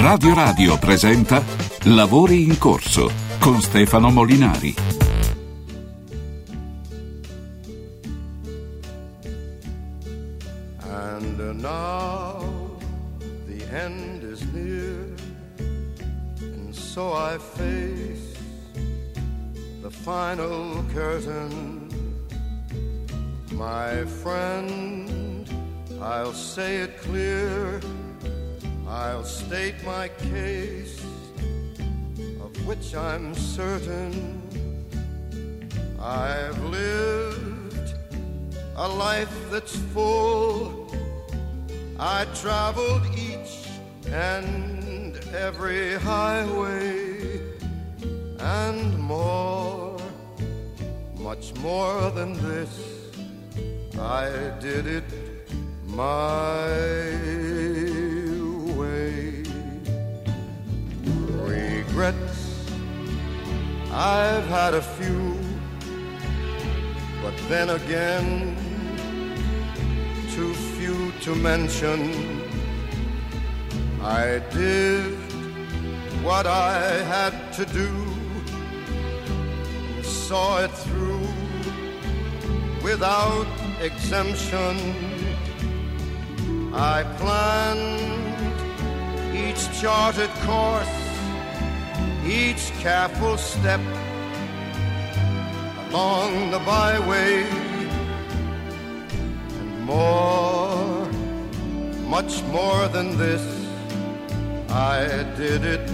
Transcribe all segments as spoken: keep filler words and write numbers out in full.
Radio Radio presenta Lavori in corso con Stefano Molinari. And now the end is near, and so I face the final curtain. My friend, I'll say it clear, I'll state my case, of which I'm certain. I've lived a life that's full. I traveled each and every highway, and more, much more than this, I did it my way. Regrets, I've had a few, but then again, too few to mention. I did what I had to do, saw it through without exemption. I planned each charted course, each careful step along the byway, and more, much more than this, I did it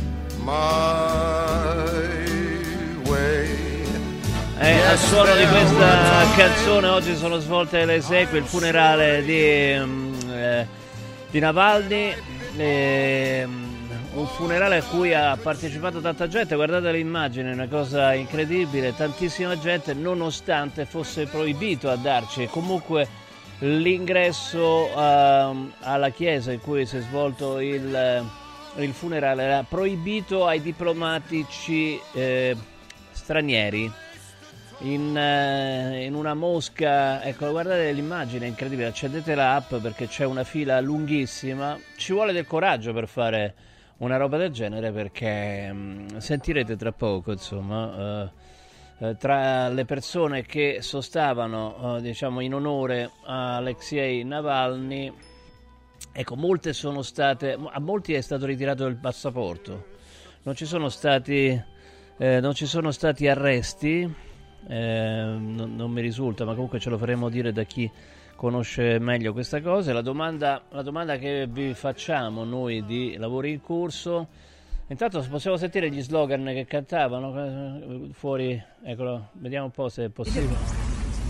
my way. Eh, al suono di questa canzone oggi sono svolte le esequie, il funerale di, um, eh, di Navalny, eh, un funerale a cui ha partecipato tanta gente. Guardate le immagini, è una cosa incredibile, tantissima gente, nonostante fosse proibito a darci comunque l'ingresso uh, alla chiesa in cui si è svolto il, il funerale, era proibito ai diplomatici eh, stranieri. In, uh, in una mosca, ecco, guardate l'immagine, è incredibile, accendete l'app perché c'è una fila lunghissima, ci vuole del coraggio per fare una roba del genere, perché um, sentirete tra poco, insomma, uh, uh, tra le persone che sostavano, uh, diciamo, in onore a Alexei Navalny, ecco, molte sono state, a molti è stato ritirato il passaporto, non ci sono stati, eh, non ci sono stati arresti. Eh, non, non mi risulta, ma comunque ce lo faremo dire da chi conosce meglio questa cosa. La domanda, la domanda che vi facciamo noi di Lavori in Corso, intanto possiamo sentire gli slogan che cantavano fuori, eccolo, vediamo un po' se è possibile.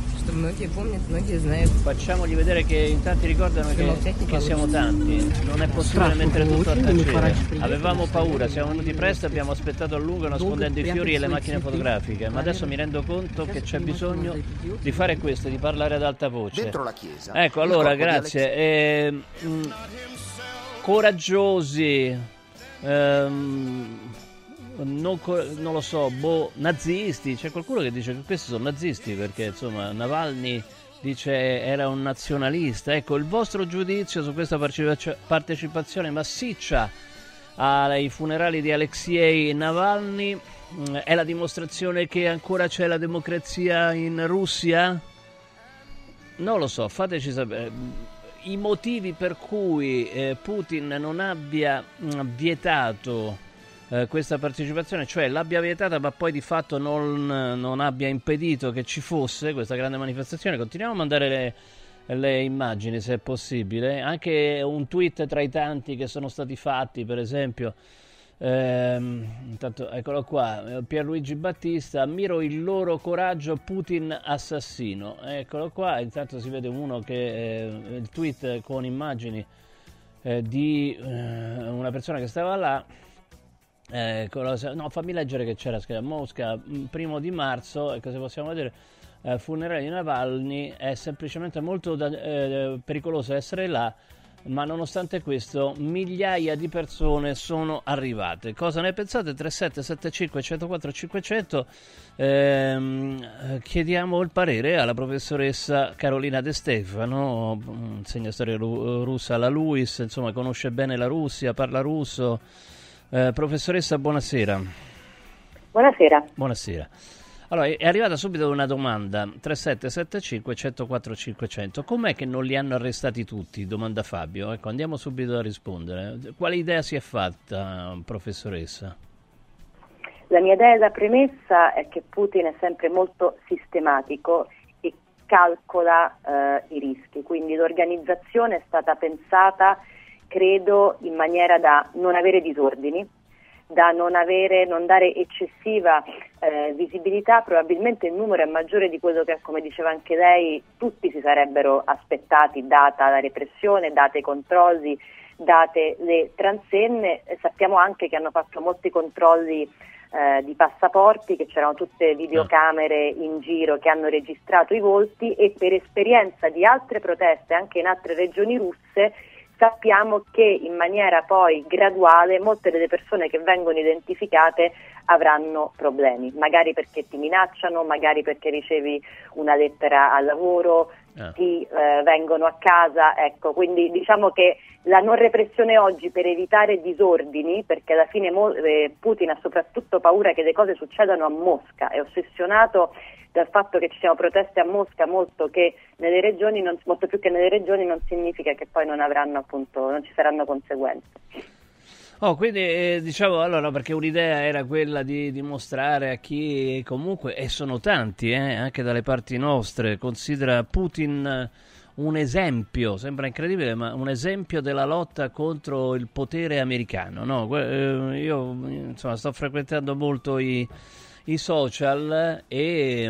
Facciamogli vedere che in tanti ricordano che, che siamo tanti, non è possibile mettere tutto a tacere. Avevamo paura, siamo venuti presto, abbiamo aspettato a lungo nascondendo i fiori e le macchine fotografiche, ma adesso mi rendo conto che c'è bisogno di fare questo, di parlare ad alta voce. Dentro la chiesa. Ecco, allora, grazie. Eh, mh, coraggiosi, ehm, Non, non lo so, boh, nazisti, c'è qualcuno che dice che questi sono nazisti perché insomma Navalny dice era un nazionalista. Ecco, il vostro giudizio su questa partecipazione massiccia ai funerali di Alexei Navalny è la dimostrazione che ancora c'è la democrazia in Russia? Non lo so, fateci sapere i motivi per cui eh, Putin non abbia mh, vietato Uh, questa partecipazione, cioè l'abbia vietata ma poi di fatto non, non abbia impedito che ci fosse questa grande manifestazione. Continuiamo a mandare le, le immagini se è possibile, anche un tweet tra i tanti che sono stati fatti, per esempio ehm, intanto eccolo qua, Pierluigi Battista: ammiro il loro coraggio, Putin assassino. Eccolo qua, intanto si vede uno che eh, il tweet con immagini eh, di eh, una persona che stava là. Eh, no, fammi leggere che c'era scritto: Mosca, primo di marzo, e cosa possiamo vedere? Eh, funerale di Navalny, è semplicemente molto da, eh, pericoloso essere là, ma nonostante questo migliaia di persone sono arrivate. Cosa ne pensate? tre sette sette cinque uno zero quattro cinquecento. Ehm, chiediamo il parere alla professoressa Carolina De Stefano, insegna storia ru- russa alla LUISS, insomma conosce bene la Russia, parla russo. Eh, professoressa, buonasera. Buonasera. Buonasera. Allora, è arrivata subito una domanda, tre sette sette cinque uno zero quattro cinquecento. Com'è che non li hanno arrestati tutti? Domanda Fabio. Ecco, andiamo subito a rispondere. Quale idea si è fatta, professoressa? La mia idea da premessa è che Putin è sempre molto sistematico e calcola eh, i rischi, quindi l'organizzazione è stata pensata, credo, in maniera da non avere disordini, da non avere, non dare eccessiva eh, visibilità. Probabilmente il numero è maggiore di quello che, come diceva anche lei, tutti si sarebbero aspettati, data la repressione, date i controlli, date le transenne. E sappiamo anche che hanno fatto molti controlli eh, di passaporti, che c'erano tutte videocamere in giro che hanno registrato i volti, e per esperienza di altre proteste anche in altre regioni russe sappiamo che in maniera poi graduale molte delle persone che vengono identificate avranno problemi, magari perché ti minacciano, magari perché ricevi una lettera al lavoro, eh. ti eh, vengono a casa, ecco, quindi diciamo che la non repressione oggi per evitare disordini, perché alla fine mo- eh, Putin ha soprattutto paura che le cose succedano a Mosca, è ossessionato dal fatto che ci siano proteste a Mosca, molto che nelle regioni non, molto più che nelle regioni, non significa che poi non avranno, appunto, non ci saranno conseguenze. Oh, quindi eh, diciamo, allora, perché un'idea era quella di dimostrare a chi comunque, e sono tanti, eh, anche dalle parti nostre, considera Putin un esempio, sembra incredibile, ma un esempio della lotta contro il potere americano, no? Eh, io insomma sto frequentando molto i i social e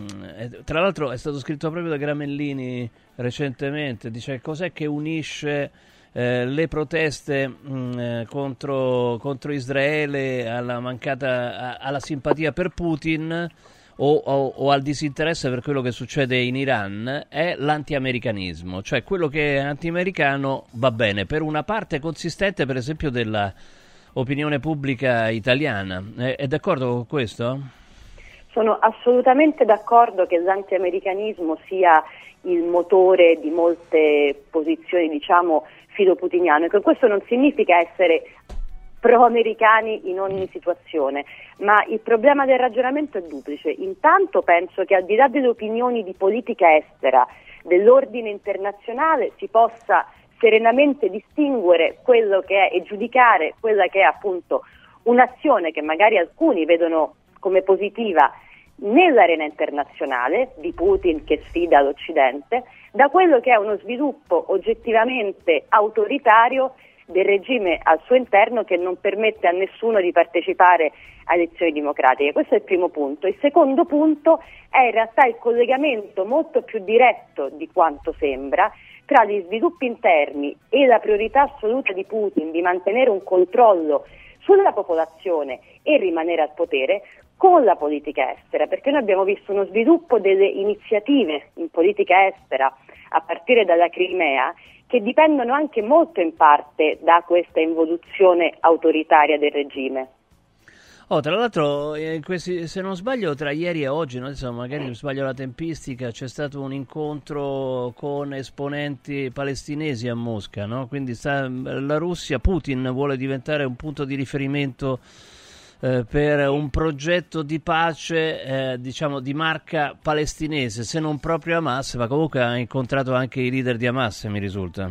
mh, tra l'altro è stato scritto proprio da Gramellini recentemente, dice cos'è che unisce eh, le proteste mh, contro, contro Israele alla mancata a, alla simpatia per Putin o, o, o al disinteresse per quello che succede in Iran, è l'anti-americanismo, cioè quello che è anti-americano va bene per una parte consistente, per esempio, della opinione pubblica italiana. È, è d'accordo con questo? Sono assolutamente d'accordo che l'anti-americanismo sia il motore di molte posizioni, diciamo, filoputiniane, che questo non significa essere pro-americani in ogni situazione, ma il problema del ragionamento è duplice. Intanto penso che al di là delle opinioni di politica estera, dell'ordine internazionale, si possa serenamente distinguere quello che è e giudicare quella che è appunto un'azione che magari alcuni vedono come positiva nell'arena internazionale di Putin che sfida l'Occidente, da quello che è uno sviluppo oggettivamente autoritario del regime al suo interno che non permette a nessuno di partecipare a elezioni democratiche. Questo è il primo punto. Il secondo punto è in realtà il collegamento molto più diretto di quanto sembra tra gli sviluppi interni e la priorità assoluta di Putin di mantenere un controllo sulla popolazione e rimanere al potere con la politica estera, perché noi abbiamo visto uno sviluppo delle iniziative in politica estera a partire dalla Crimea che dipendono anche molto in parte da questa involuzione autoritaria del regime. Oh, tra l'altro, eh, questi, se non sbaglio, tra ieri e oggi, no? Adesso magari sbaglio la tempistica, c'è stato un incontro con esponenti palestinesi a Mosca, no? Quindi sta, la Russia, Putin vuole diventare un punto di riferimento eh, per un progetto di pace, eh, diciamo, di marca palestinese, se non proprio Hamas, ma comunque ha incontrato anche i leader di Hamas, mi risulta.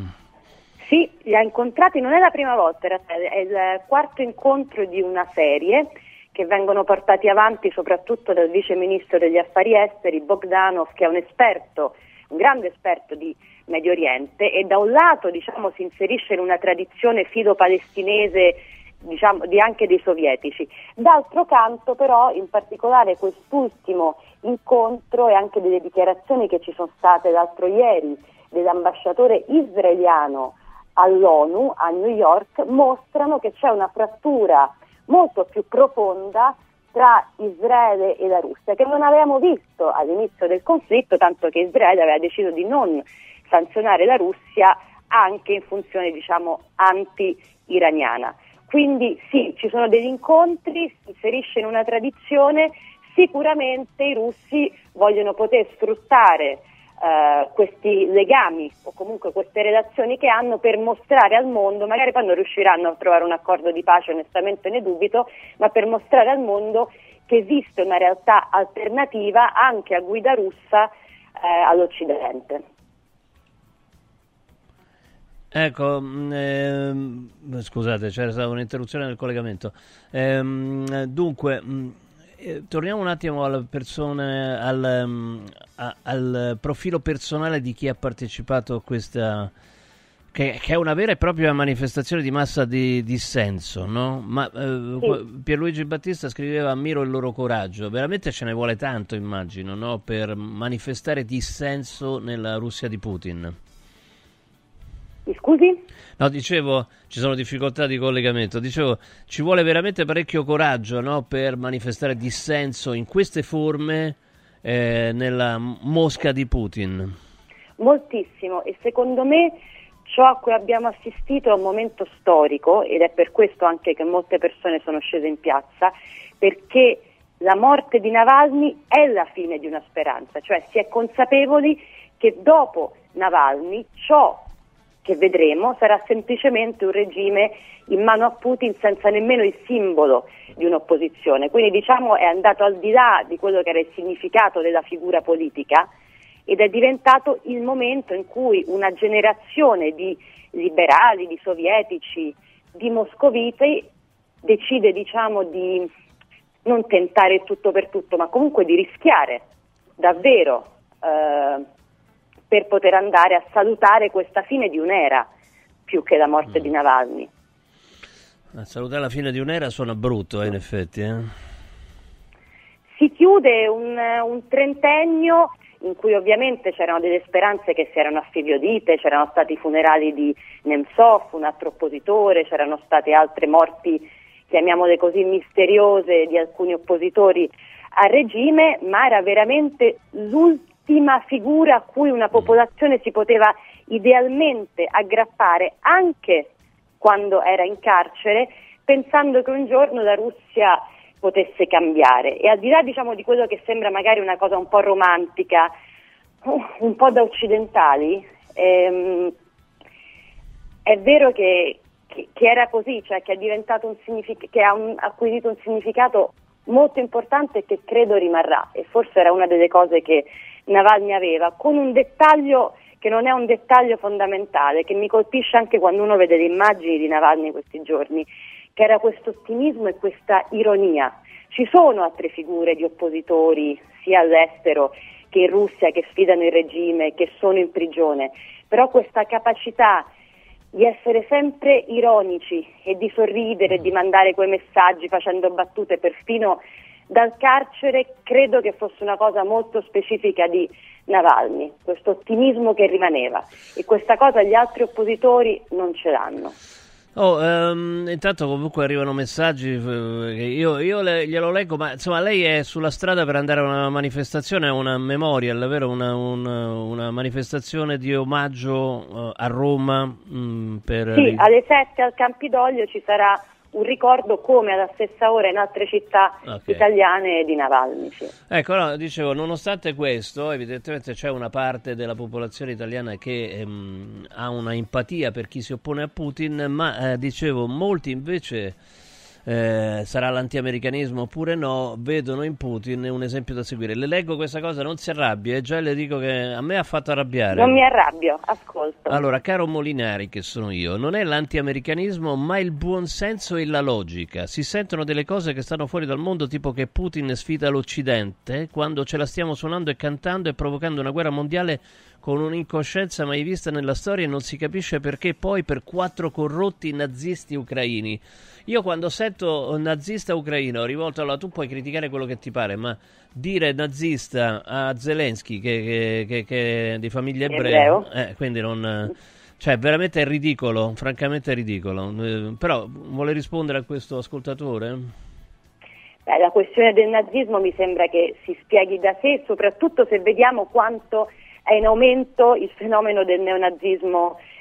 Sì, li ha incontrati, non è la prima volta, è il quarto incontro di una serie che vengono portati avanti soprattutto dal vice ministro degli affari esteri Bogdanov, che è un esperto, un grande esperto di Medio Oriente, e da un lato, diciamo, si inserisce in una tradizione filo-palestinese, diciamo, di anche dei sovietici. D'altro canto però, in particolare quest'ultimo incontro e anche delle dichiarazioni che ci sono state l'altro ieri dell'ambasciatore israeliano all'ONU a New York, mostrano che c'è una frattura molto più profonda tra Israele e la Russia, che non avevamo visto all'inizio del conflitto, tanto che Israele aveva deciso di non sanzionare la Russia anche in funzione, diciamo, anti-iraniana. Quindi sì, ci sono degli incontri, si inserisce in una tradizione, sicuramente i russi vogliono poter sfruttare Uh, questi legami o comunque queste relazioni che hanno per mostrare al mondo, magari poi non riusciranno a trovare un accordo di pace, onestamente ne dubito, ma per mostrare al mondo che esiste una realtà alternativa anche a guida russa eh, all'Occidente. Ecco, ehm, scusate, c'era stata un'interruzione nel collegamento. Ehm, dunque, mh, eh, torniamo un attimo alle persone, al, um, a, al profilo personale di chi ha partecipato a questa, che, che è una vera e propria manifestazione di massa di dissenso, no? Ma eh, sì. Pierluigi Battista scriveva: ammiro il loro coraggio. Veramente ce ne vuole tanto, immagino, no? Per manifestare dissenso nella Russia di Putin. Scusi? No, dicevo, ci sono difficoltà di collegamento. Dicevo, ci vuole veramente parecchio coraggio, no, per manifestare dissenso in queste forme eh, nella Mosca di Putin. Moltissimo, e secondo me ciò a cui abbiamo assistito è un momento storico, ed è per questo anche che molte persone sono scese in piazza, perché la morte di Navalny è la fine di una speranza, cioè si è consapevoli che dopo Navalny ciò che vedremo sarà semplicemente un regime in mano a Putin senza nemmeno il simbolo di un'opposizione. Quindi diciamo è andato al di là di quello che era il significato della figura politica ed è diventato il momento in cui una generazione di liberali, di sovietici, di moscoviti decide, diciamo, di non tentare il tutto per tutto, ma comunque di rischiare davvero eh, per poter andare a salutare questa fine di un'era, più che la morte mm. di Navalny. A salutare la fine di un'era suona brutto, eh, in effetti. Eh. Si chiude un, un trentennio in cui ovviamente c'erano delle speranze che si erano affiviolite, c'erano stati i funerali di Nemtsov, un altro oppositore, c'erano state altre morti, chiamiamole così, misteriose di alcuni oppositori al regime, ma era veramente l'ultimo figura a cui una popolazione si poteva idealmente aggrappare anche quando era in carcere, pensando che un giorno la Russia potesse cambiare. E al di là, diciamo, di quello che sembra magari una cosa un po' romantica, un po' da occidentali, ehm, è vero che, che, che era così, cioè che, è diventato un signific- che ha un, acquisito un significato molto importante e che credo rimarrà, e forse era una delle cose che Navalny aveva, con un dettaglio che non è un dettaglio fondamentale, che mi colpisce anche quando uno vede le immagini di Navalny questi giorni, che era questo ottimismo e questa ironia. Ci sono altre figure di oppositori, sia all'estero che in Russia, che sfidano il regime, che sono in prigione, però questa capacità di essere sempre ironici e di sorridere e di mandare quei messaggi facendo battute perfino dal carcere, credo che fosse una cosa molto specifica di Navalny, questo ottimismo che rimaneva, e questa cosa gli altri oppositori non ce l'hanno. Oh, um, intanto comunque arrivano messaggi, che io, io le, glielo leggo, ma insomma lei è sulla strada per andare a una manifestazione, a una memorial, vero? Una, una, una manifestazione di omaggio uh, a Roma? Mh, per... Sì, alle sette al Campidoglio ci sarà un ricordo, come alla stessa ora in altre città okay. italiane, di Navalny. Sì. Ecco, no, dicevo, nonostante questo, evidentemente c'è una parte della popolazione italiana che ehm, ha una empatia per chi si oppone a Putin, ma eh, dicevo, molti invece, eh, sarà l'antiamericanismo oppure no, vedono in Putin un esempio da seguire. Le leggo questa cosa, non si arrabbia, e già le dico che a me ha fatto arrabbiare. Non mi arrabbio, ascolto. Allora, caro Molinari, che sono io, non è l'antiamericanismo, ma il buonsenso e la logica. Si sentono delle cose che stanno fuori dal mondo, tipo che Putin sfida l'Occidente, quando ce la stiamo suonando e cantando e provocando una guerra mondiale con un'incoscienza mai vista nella storia, e non si capisce perché poi per quattro corrotti nazisti ucraini. Io quando sento nazista ucraino, rivolto alla, tu puoi criticare quello che ti pare, ma dire nazista a Zelensky, che, che, che, che è di famiglia ebrea, eh, quindi non, cioè veramente è ridicolo, francamente è ridicolo. Eh, però vuole rispondere a questo ascoltatore? Beh, la questione del nazismo mi sembra che si spieghi da sé, soprattutto se vediamo quanto è in aumento il fenomeno del neonazismo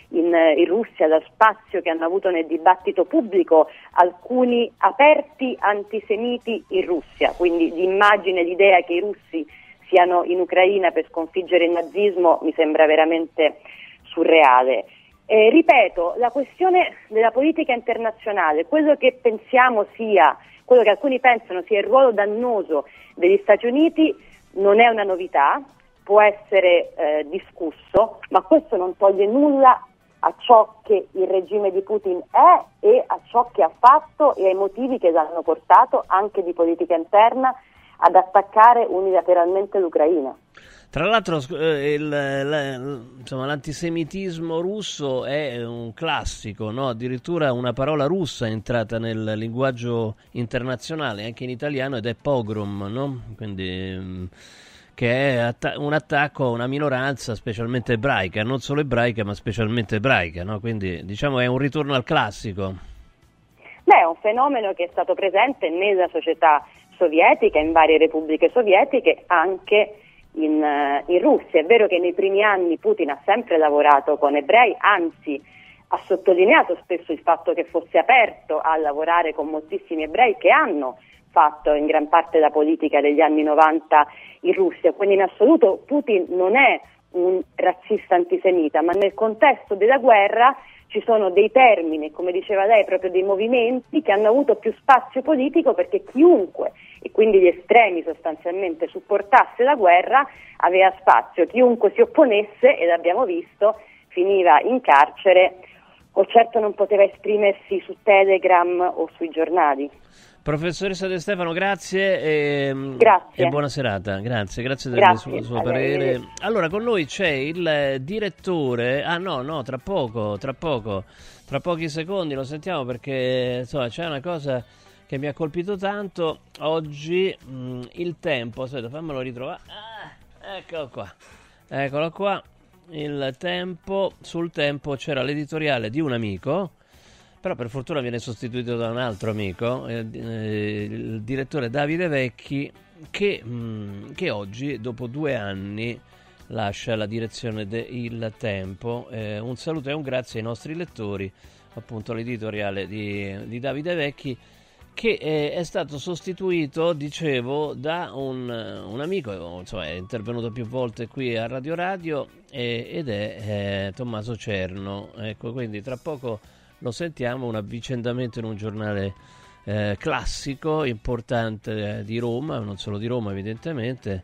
in, in Russia, da spazio che hanno avuto nel dibattito pubblico alcuni aperti antisemiti in Russia, quindi l'immagine, l'idea che i russi siano in Ucraina per sconfiggere il nazismo mi sembra veramente surreale. Eh, ripeto, la questione della politica internazionale, quello che pensiamo sia, quello che alcuni pensano sia il ruolo dannoso degli Stati Uniti non è una novità, può essere eh, discusso, ma questo non toglie nulla a ciò che il regime di Putin è e a ciò che ha fatto e ai motivi che l'hanno portato anche di politica interna ad attaccare unilateralmente l'Ucraina. Tra l'altro il, la, insomma, l'antisemitismo russo è un classico, no? Addirittura una parola russa è entrata nel linguaggio internazionale, anche in italiano, ed è pogrom, no? Quindi, che è atta- un attacco a una minoranza specialmente ebraica, non solo ebraica ma specialmente ebraica, no? Quindi diciamo è un ritorno al classico. Beh, è un fenomeno che è stato presente nella società sovietica, in varie repubbliche sovietiche, anche in, uh, in Russia. È vero che nei primi anni Putin ha sempre lavorato con ebrei, anzi ha sottolineato spesso il fatto che fosse aperto a lavorare con moltissimi ebrei che hanno fatto in gran parte la politica degli anni novanta in Russia, quindi in assoluto Putin non è un razzista antisemita, ma nel contesto della guerra ci sono dei termini, come diceva lei, proprio dei movimenti che hanno avuto più spazio politico perché chiunque, e quindi gli estremi sostanzialmente, supportasse la guerra aveva spazio, chiunque si opponesse, e l'abbiamo visto, finiva in carcere o certo non poteva esprimersi su Telegram o sui giornali. Professoressa De Stefano, grazie e, grazie. e buona serata. Grazie, grazie del grazie. suo, suo parere. Allora, con noi c'è il direttore. Ah no, no, tra poco, tra poco, tra pochi secondi lo sentiamo perché insomma c'è una cosa che mi ha colpito tanto oggi. Mh, il Tempo, aspetta, fammelo ritrovare. Ah, eccolo qua, eccolo qua. Il Tempo, sul Tempo c'era l'editoriale di un amico. Però per fortuna viene sostituito da un altro amico, eh, eh, il direttore Davide Vecchi, che, mh, che oggi, dopo due anni, lascia la direzione de Il Tempo. Eh, un saluto e un grazie ai nostri lettori, appunto l'editoriale di, di Davide Vecchi, che eh, è stato sostituito, dicevo, da un, un amico, insomma è intervenuto più volte qui a Radio Radio, eh, ed è eh, Tommaso Cerno. Ecco, quindi tra poco lo sentiamo, un avvicendamento in un giornale eh, classico, importante eh, di Roma, non solo di Roma evidentemente,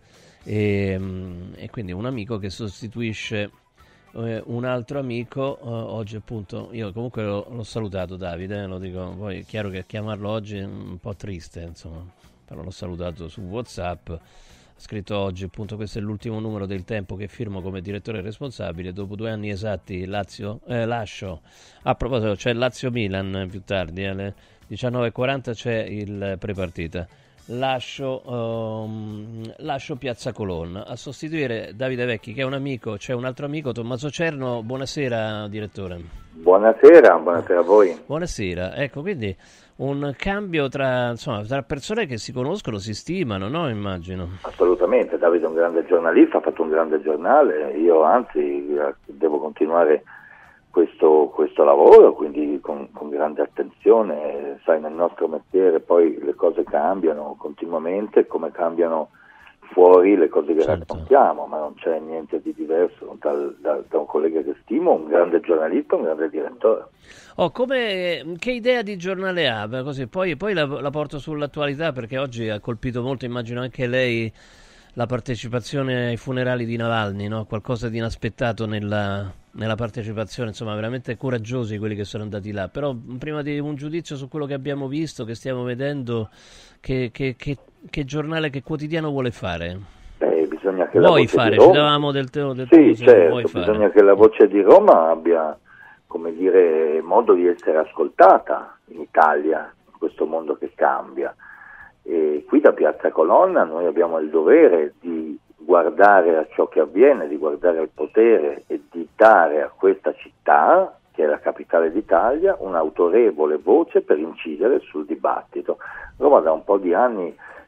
e, e quindi un amico che sostituisce eh, un altro amico. Eh, oggi appunto, io comunque l'ho, l'ho salutato Davide, eh, lo dico, poi è chiaro che chiamarlo oggi è un po' triste, insomma, però l'ho salutato su WhatsApp. Ha scritto oggi, appunto, questo è l'ultimo numero del Tempo che firmo come direttore responsabile. Dopo due anni esatti Lazio, eh, lascio. A proposito, c'è Lazio-Milan più tardi, alle diciannove e quaranta c'è il prepartita. Lascio, um, lascio Piazza Colonna a sostituire Davide Vecchi, che è un amico. C'è un altro amico, Tommaso Cerno. Buonasera, direttore. Buonasera, buonasera a voi. Buonasera, ecco, quindi un cambio tra, insomma, tra persone che si conoscono, si stimano, no? Immagino. Assolutamente, Davide è un grande giornalista, ha fatto un grande giornale, io anzi devo continuare questo, questo lavoro, quindi con, con grande attenzione. Sai, nel nostro mestiere poi le cose cambiano continuamente, come cambiano fuori le cose che certo. raccontiamo, ma non c'è niente di diverso dal, da, da un collega che stimo, un grande giornalista, un grande direttore. Oh, come, che idea di giornale ha? Così, poi poi la, la porto sull'attualità, perché oggi ha colpito molto, immagino anche lei, la partecipazione ai funerali di Navalny, no? Qualcosa di inaspettato nella, nella partecipazione, insomma, veramente coraggiosi quelli che sono andati là. Però prima di un giudizio su quello che abbiamo visto, che stiamo vedendo, che, che, che, che giornale, che quotidiano vuole fare? Beh, bisogna che vuoi la voce fare? di Roma... Ci davamo del teo, del sì, teo, certo, vuoi bisogna fare. che la voce di Roma abbia, come dire, modo di essere ascoltata in Italia, in questo mondo che cambia. E qui da Piazza Colonna noi abbiamo il dovere di guardare a ciò che avviene, di guardare al potere e di dare a questa città, che è la capitale d'Italia, un'autorevole voce per incidere sul dibattito. Roma da un po' di anni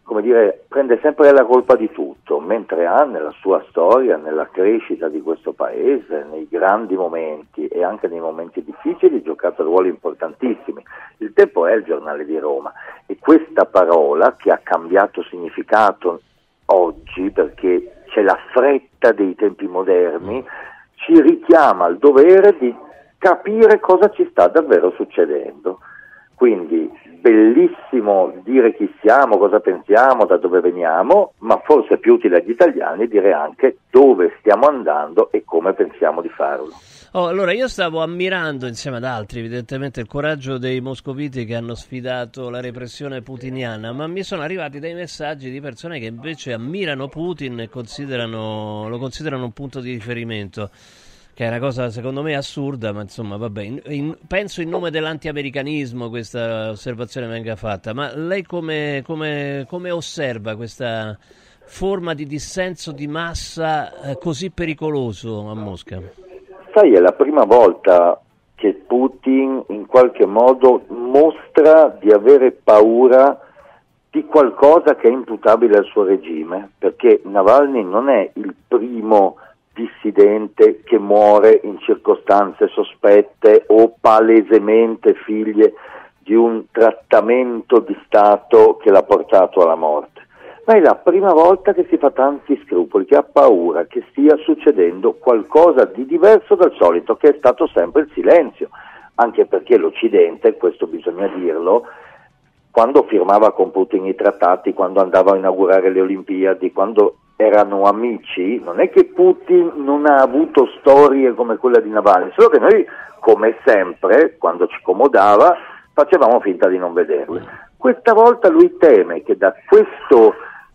come dire, prende sempre la colpa di tutto, mentre ha nella sua storia, nella crescita di questo paese, nei grandi momenti e anche nei momenti difficili, giocato ruoli importantissimi. Il Tempo è il giornale di Roma e questa parola, che ha cambiato significato oggi perché c'è la fretta dei tempi moderni, ci richiama al dovere di capire cosa ci sta davvero succedendo. Quindi bellissimo dire chi siamo, cosa pensiamo, da dove veniamo, ma forse più utile agli italiani dire anche dove stiamo andando e come pensiamo di farlo. Oh, allora io stavo ammirando insieme ad altri evidentemente il coraggio dei moscoviti che hanno sfidato la repressione putiniana, ma mi sono arrivati dei messaggi di persone che invece ammirano Putin e considerano, lo considerano un punto di riferimento, che è una cosa secondo me assurda, ma insomma vabbè, in, in, penso in nome dell'antiamericanismo questa osservazione venga fatta. Ma lei come, come, come osserva questa forma di dissenso di massa eh, così pericoloso a Mosca? Sai, è la prima volta che Putin in qualche modo mostra di avere paura di qualcosa che è imputabile al suo regime, perché Navalny non è il primo dissidente che muore in circostanze sospette o palesemente figlie di un trattamento di Stato che l'ha portato alla morte, ma è la prima volta che si fa tanti scrupoli, che ha paura che stia succedendo qualcosa di diverso dal solito, che è stato sempre il silenzio, anche perché l'Occidente, questo bisogna dirlo, quando firmava con Putin i trattati, quando andava a inaugurare le Olimpiadi, quando erano amici, non è che Putin non ha avuto storie come quella di Navalny, solo che noi, come sempre, quando ci comodava, facevamo finta di non vederle. Questa volta lui teme che da questo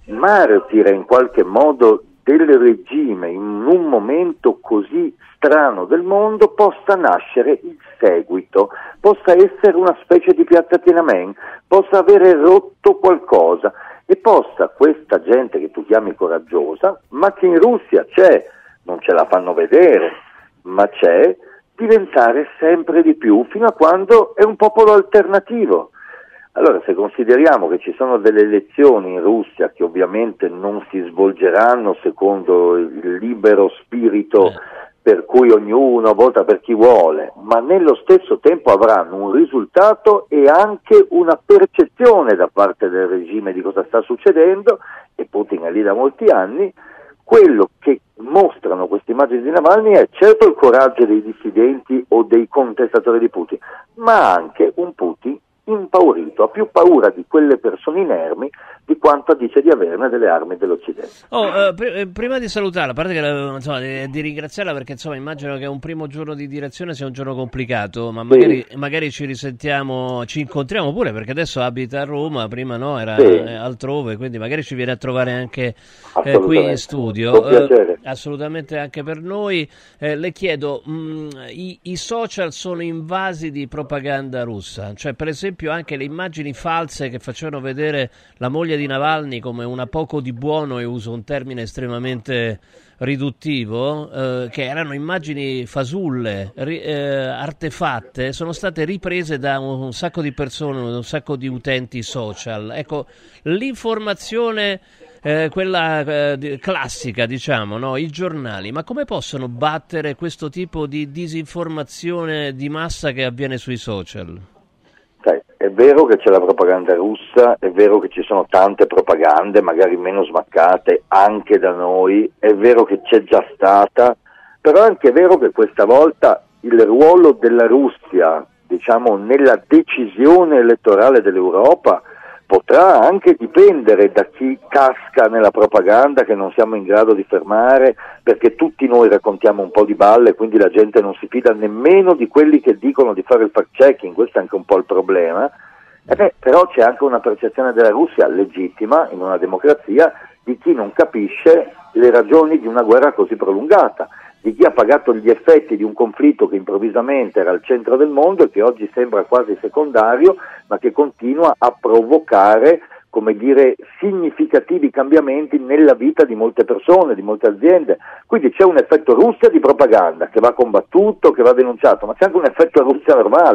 martire in qualche modo del regime in un momento così strano del mondo possa nascere il seguito, possa essere una specie di piazza Tiananmen, possa avere rotto qualcosa e possa questa gente che tu chiami coraggiosa, ma che in Russia c'è, non ce la fanno vedere, ma c'è, diventare sempre di più fino a quando è un popolo alternativo. Allora, se consideriamo che ci sono delle elezioni in Russia che ovviamente non si svolgeranno secondo il libero spirito per cui ognuno vota per chi vuole, ma nello stesso tempo avranno un risultato e anche una percezione da parte del regime di cosa sta succedendo, e Putin è lì da molti anni, quello che mostrano queste immagini di Navalny è certo il coraggio dei dissidenti o dei contestatori di Putin, ma anche un Putin impaurito, ha più paura di quelle persone inermi di quanto dice di averne delle armi dell'Occidente. Oh, eh, pr- prima di salutarla, a parte che la, insomma, di, di ringraziarla, perché insomma immagino che un primo giorno di direzione sia un giorno complicato, ma magari, sì. magari ci risentiamo, ci incontriamo pure, perché adesso abita a Roma, prima no, era sì. altrove, quindi magari ci viene a trovare anche eh, qui in studio. Con piacere. Eh, assolutamente anche per noi. Eh, le chiedo, mh, i, i social sono invasi di propaganda russa, cioè per esempio anche le immagini false che facevano vedere la moglie di Navalny come una poco di buono, e uso un termine estremamente riduttivo, eh, che erano immagini fasulle, ri, eh, artefatte, sono state riprese da un, un sacco di persone, un sacco di utenti social. Ecco, l'informazione eh, quella eh, classica, diciamo, no? I giornali, ma come possono battere questo tipo di disinformazione di massa che avviene sui social? È vero che c'è la propaganda russa, è vero che ci sono tante propagande, magari meno smaccate, anche da noi, è vero che c'è già stata, però è anche vero che questa volta il ruolo della Russia, diciamo, nella decisione elettorale dell'Europa potrà anche dipendere da chi casca nella propaganda che non siamo in grado di fermare, perché tutti noi raccontiamo un po' di balle, quindi la gente non si fida nemmeno di quelli che dicono di fare il fact-checking, questo è anche un po' il problema. E beh, però c'è anche una percezione della Russia legittima, in una democrazia, di chi non capisce le ragioni di una guerra così prolungata, di chi ha pagato gli effetti di un conflitto che improvvisamente era al centro del mondo e che oggi sembra quasi secondario, ma che continua a provocare, come dire, significativi cambiamenti nella vita di molte persone, di molte aziende. Quindi c'è un effetto Russia di propaganda che va combattuto, che va denunciato, ma c'è anche un effetto Russia normale,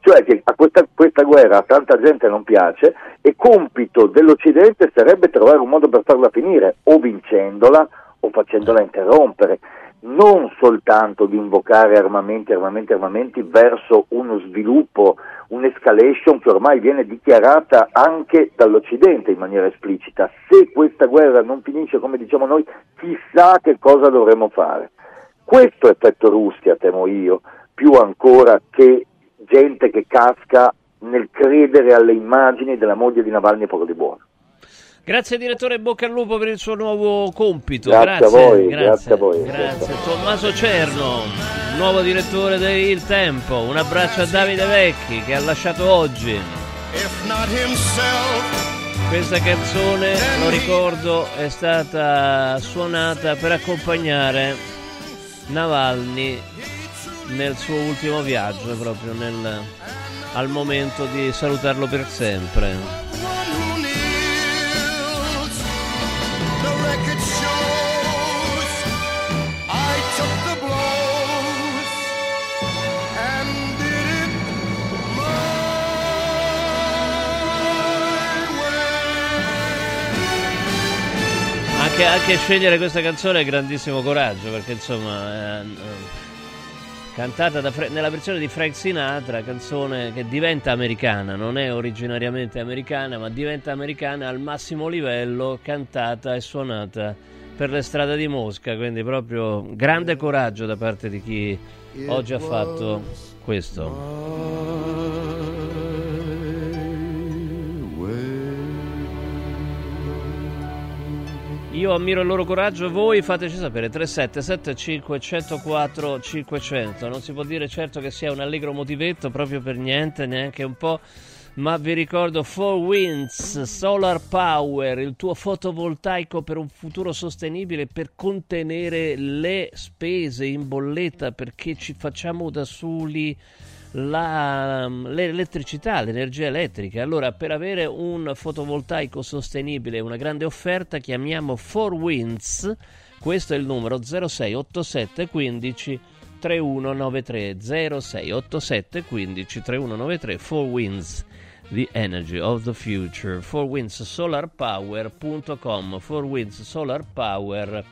cioè che a questa, questa guerra a tanta gente non piace, e compito dell'Occidente sarebbe trovare un modo per farla finire, o vincendola o facendola interrompere, non soltanto di invocare armamenti, armamenti, armamenti verso uno sviluppo, un'escalation che ormai viene dichiarata anche dall'Occidente in maniera esplicita. Se questa guerra non finisce, come diciamo noi, chissà che cosa dovremo fare. Questo effetto Russia, temo io, più ancora che gente che casca nel credere alle immagini della moglie di Navalny e poco di buono. Grazie direttore, bocca al lupo per il suo nuovo compito. Grazie, grazie a voi, grazie, grazie a voi. Grazie. Tommaso Cerno, nuovo direttore di Il Tempo. Un abbraccio a Davide Vecchi che ha lasciato oggi. If not himself, Questa canzone, lo ricordo, è stata suonata per accompagnare Navalny nel suo ultimo viaggio, proprio nel, al momento di salutarlo per sempre. one who kneels, the record shows I took the blows and did it my way. Anche, anche scegliere questa canzone è grandissimo coraggio, perché insomma eh, cantata da Fra- nella versione di Frank Sinatra, canzone che diventa americana, non è originariamente americana, ma diventa americana al massimo livello, cantata e suonata per le strade di Mosca, quindi proprio grande coraggio da parte di chi oggi ha fatto questo. Io ammiro il loro coraggio, voi fateci sapere. Tre sette sette cinque uno zero quattro cinquecento. Non si può dire certo che sia un allegro motivetto, proprio per niente, neanche un po', ma vi ricordo four winds, Solar Power, il tuo fotovoltaico per un futuro sostenibile, per contenere le spese in bolletta, perché ci facciamo da soli la, l'elettricità, l'energia elettrica. Allora, per avere un fotovoltaico sostenibile, una grande offerta, chiamiamo four winds. Questo è il numero zero sei otto sette uno cinque tre uno nove tre, zero sei otto sette uno cinque tre uno nove tre. four winds, the energy of the future. four winds solar power punto com. four winds solar power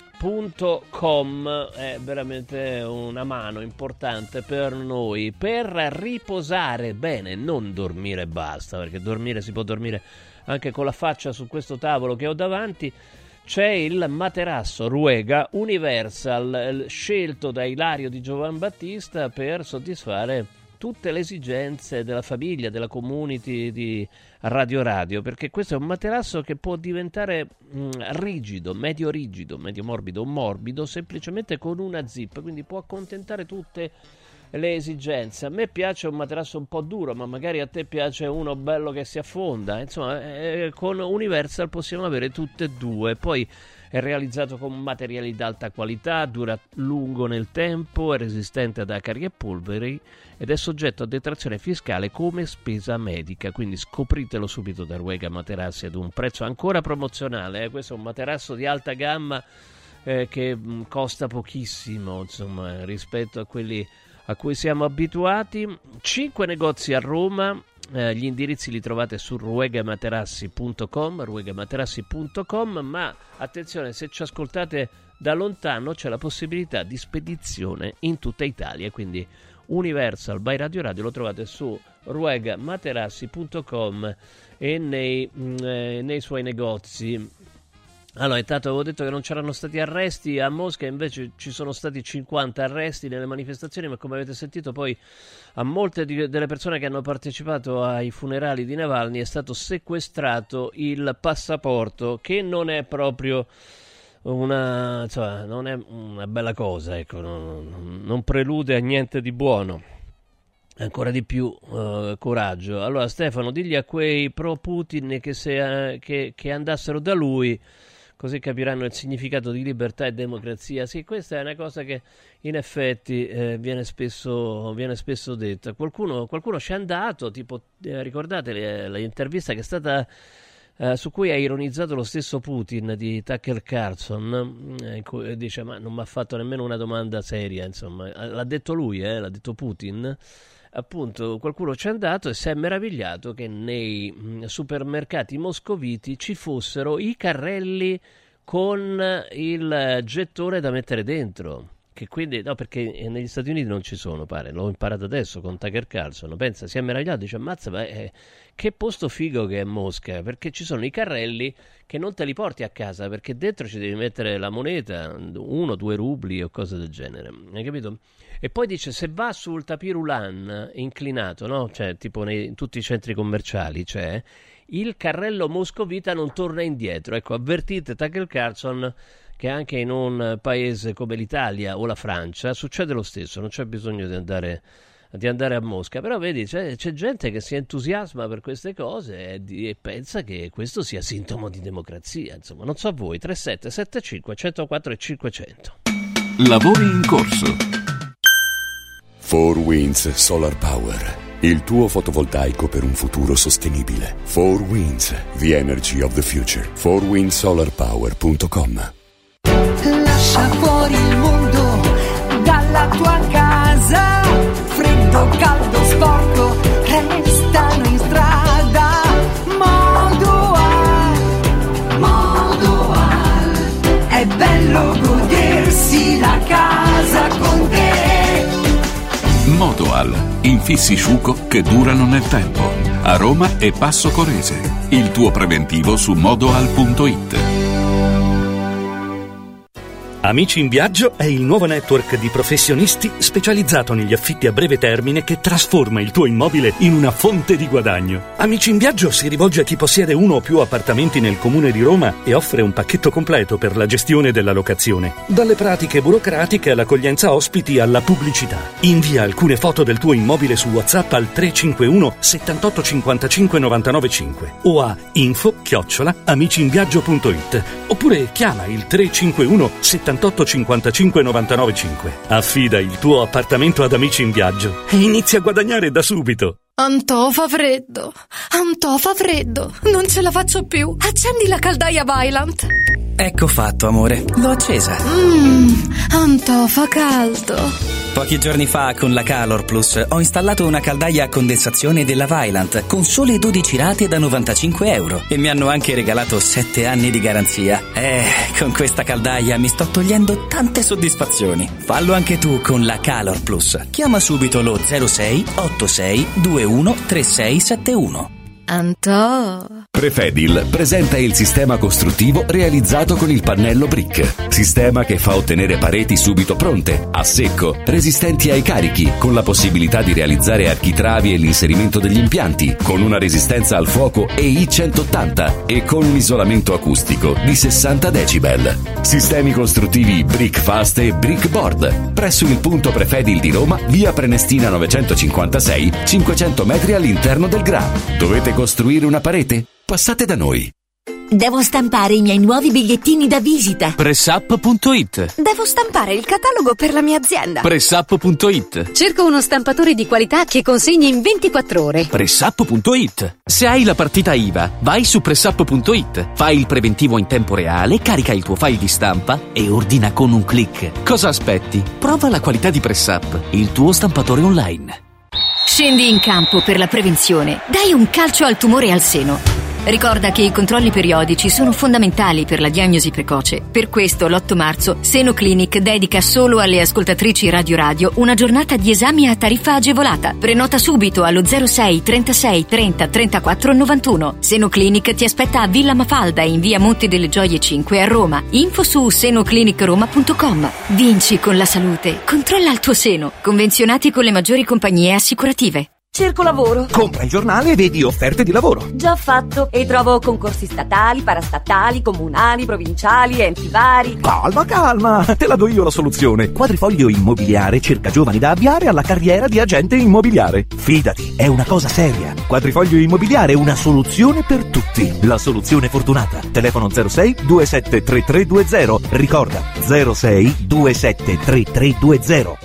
punto com è veramente una mano importante per noi per riposare bene, non dormire e basta, perché dormire si può dormire anche con la faccia su questo tavolo che ho davanti. C'è il materasso Ruega Universal, scelto da Ilario Di Giovan Battista per soddisfare tutte le esigenze della famiglia, della community di Radio Radio, perché questo è un materasso che può diventare mh, rigido, medio rigido, medio morbido o morbido, semplicemente con una zip, quindi può accontentare tutte le esigenze. A me piace un materasso un po' duro, ma magari a te piace uno bello che si affonda. Insomma, eh, con Universal possiamo avere tutte e due. Poi è realizzato con materiali d'alta qualità, dura lungo nel tempo, è resistente ad acari e polveri ed è soggetto a detrazione fiscale come spesa medica. Quindi scopritelo subito da Ruega Materassi ad un prezzo ancora promozionale. Eh. Questo è un materasso di alta gamma eh, che mh, costa pochissimo, insomma, rispetto a quelli a cui siamo abituati. Cinque negozi a Roma, eh, gli indirizzi li trovate su ruegamaterassi punto com, ruegamaterassi punto com, ma attenzione, se ci ascoltate da lontano c'è la possibilità di spedizione in tutta Italia, quindi Universal by Radio Radio lo trovate su ruegamaterassi punto com e nei, mh, eh, nei suoi negozi. Allora, intanto avevo detto che non c'erano stati arresti a Mosca, invece ci sono stati cinquanta arresti nelle manifestazioni, ma come avete sentito poi a molte di, delle persone che hanno partecipato ai funerali di Navalny è stato sequestrato il passaporto, che non è proprio una, insomma, non è una bella cosa, ecco, non, non prelude a niente di buono. Ancora di più uh, coraggio. Allora, Stefano, digli a quei pro Putin che, se, che, che andassero da lui, così capiranno il significato di libertà e democrazia. Sì, questa è una cosa che in effetti eh, viene spesso viene spesso detta. Qualcuno, qualcuno ci è andato, tipo, eh, ricordate le, l'intervista che è stata eh, su cui ha ironizzato lo stesso Putin di Tucker Carlson, eh, in cui dice: ma non mi ha fatto nemmeno una domanda seria, insomma, l'ha detto lui, eh, l'ha detto Putin. appunto qualcuno ci è andato e si è meravigliato che nei mh, supermercati moscoviti ci fossero i carrelli con il gettone da mettere dentro. Che quindi, no, perché negli Stati Uniti non ci sono, pare, l'ho imparato adesso con Tucker Carlson. Pensa, si è meravigliato, dice ammazza, ma è, che posto figo che è Mosca, perché ci sono i carrelli che non te li porti a casa, perché dentro ci devi mettere la moneta, uno, due rubli o cose del genere, hai capito? E poi dice, se va sul tapis roulant inclinato, no? Cioè tipo nei, in tutti i centri commerciali c'è, il carrello moscovita non torna indietro. Ecco, avvertite Tucker Carlson che anche in un paese come l'Italia o la Francia succede lo stesso, non c'è bisogno di andare, di andare a Mosca, però vedi c'è, c'è gente che si entusiasma per queste cose e, di, e pensa che questo sia sintomo di democrazia, insomma, non so voi. Tre sette sette cinque uno zero quattro e cinquecento. Lavori in corso. four Winds Solar Power, il tuo fotovoltaico per un futuro sostenibile. four Winds, the energy of the future. four wind solar power punto com. Lascia fuori il mondo dalla tua casa, freddo, caldo, sporco, restano in strada. Modoal, Modoal, è bello godersi la casa con te. Modoal, infissi Sciuco che durano nel tempo. A Roma e Passo Corese. Il tuo preventivo su modoal punto it. Amici in Viaggio è il nuovo network di professionisti specializzato negli affitti a breve termine che trasforma il tuo immobile in una fonte di guadagno. Amici in Viaggio si rivolge a chi possiede uno o più appartamenti nel comune di Roma e offre un pacchetto completo per la gestione della locazione. Dalle pratiche burocratiche all'accoglienza ospiti alla pubblicità. Invia alcune foto del tuo immobile su WhatsApp al tre cinque uno settantotto cinquantacinque novantanove cinque o a info chiocciola amiciinviaggio punto it oppure chiama il tre cinque uno settantotto cinquantacinque novantanove cinque. Affida il tuo appartamento ad Amici in Viaggio e inizia a guadagnare da subito. Antò fa freddo, Antò fa freddo, non ce la faccio più. Accendi la caldaia Vaillant. Ecco fatto, amore, l'ho accesa. Mmm, Antò fa caldo. Pochi giorni fa con la Calor Plus ho installato una caldaia a condensazione della Vaillant con sole dodici rate da novantacinque euro e mi hanno anche regalato sette anni di garanzia. Eh, con questa caldaia mi sto togliendo tante soddisfazioni. Fallo anche tu con la Calor Plus. Chiama subito lo zero sei otto sei due uno tre sei sette uno. Antò. Prefedil presenta il sistema costruttivo realizzato con il pannello brick. Sistema che fa ottenere pareti subito pronte, a secco, resistenti ai carichi, con la possibilità di realizzare architravi e l'inserimento degli impianti, con una resistenza al fuoco E I centottanta e con un isolamento acustico di sessanta decibel. Sistemi costruttivi Brick Fast e Brick Board. Presso il punto Prefedil di Roma, via Prenestina novecentocinquantasei, cinquecento metri all'interno del G R A. Dovete costruire una parete? Passate da noi. Devo stampare i miei nuovi bigliettini da visita. Pressup punto it. Devo stampare il catalogo per la mia azienda. Pressup punto it. Cerco uno stampatore di qualità che consegni in ventiquattro ore. Pressup punto it. Se hai la partita I V A, vai su Pressup punto it, fai il preventivo in tempo reale, carica il tuo file di stampa e ordina con un click. Cosa aspetti? Prova la qualità di Pressup, il tuo stampatore online. Scendi in campo per la prevenzione. Dai un calcio al tumore al seno. Ricorda che i controlli periodici sono fondamentali per la diagnosi precoce. Per questo l'otto marzo Seno Clinic dedica solo alle ascoltatrici Radio Radio una giornata di esami a tariffa agevolata. Prenota subito allo zero sei trentasei trenta trentaquattro novantuno. Seno Clinic ti aspetta a Villa Mafalda in via Monte delle Gioie cinque a Roma. Info su senoclinicroma punto com. Vinci con la salute. Controlla il tuo seno. Convenzionati con le maggiori compagnie assicurative. Cerco lavoro. Compra il giornale e vedi offerte di lavoro. Già fatto. E trovo concorsi statali, parastatali, comunali, provinciali, enti vari. Calma, calma. Te la do io la soluzione. Quadrifoglio Immobiliare cerca giovani da avviare alla carriera di agente immobiliare. Fidati, è una cosa seria. Quadrifoglio Immobiliare è una soluzione per tutti. La soluzione fortunata. Telefono zero sei due sette tre tre due zero. Ricorda, zero sei due sette tre tre due zero.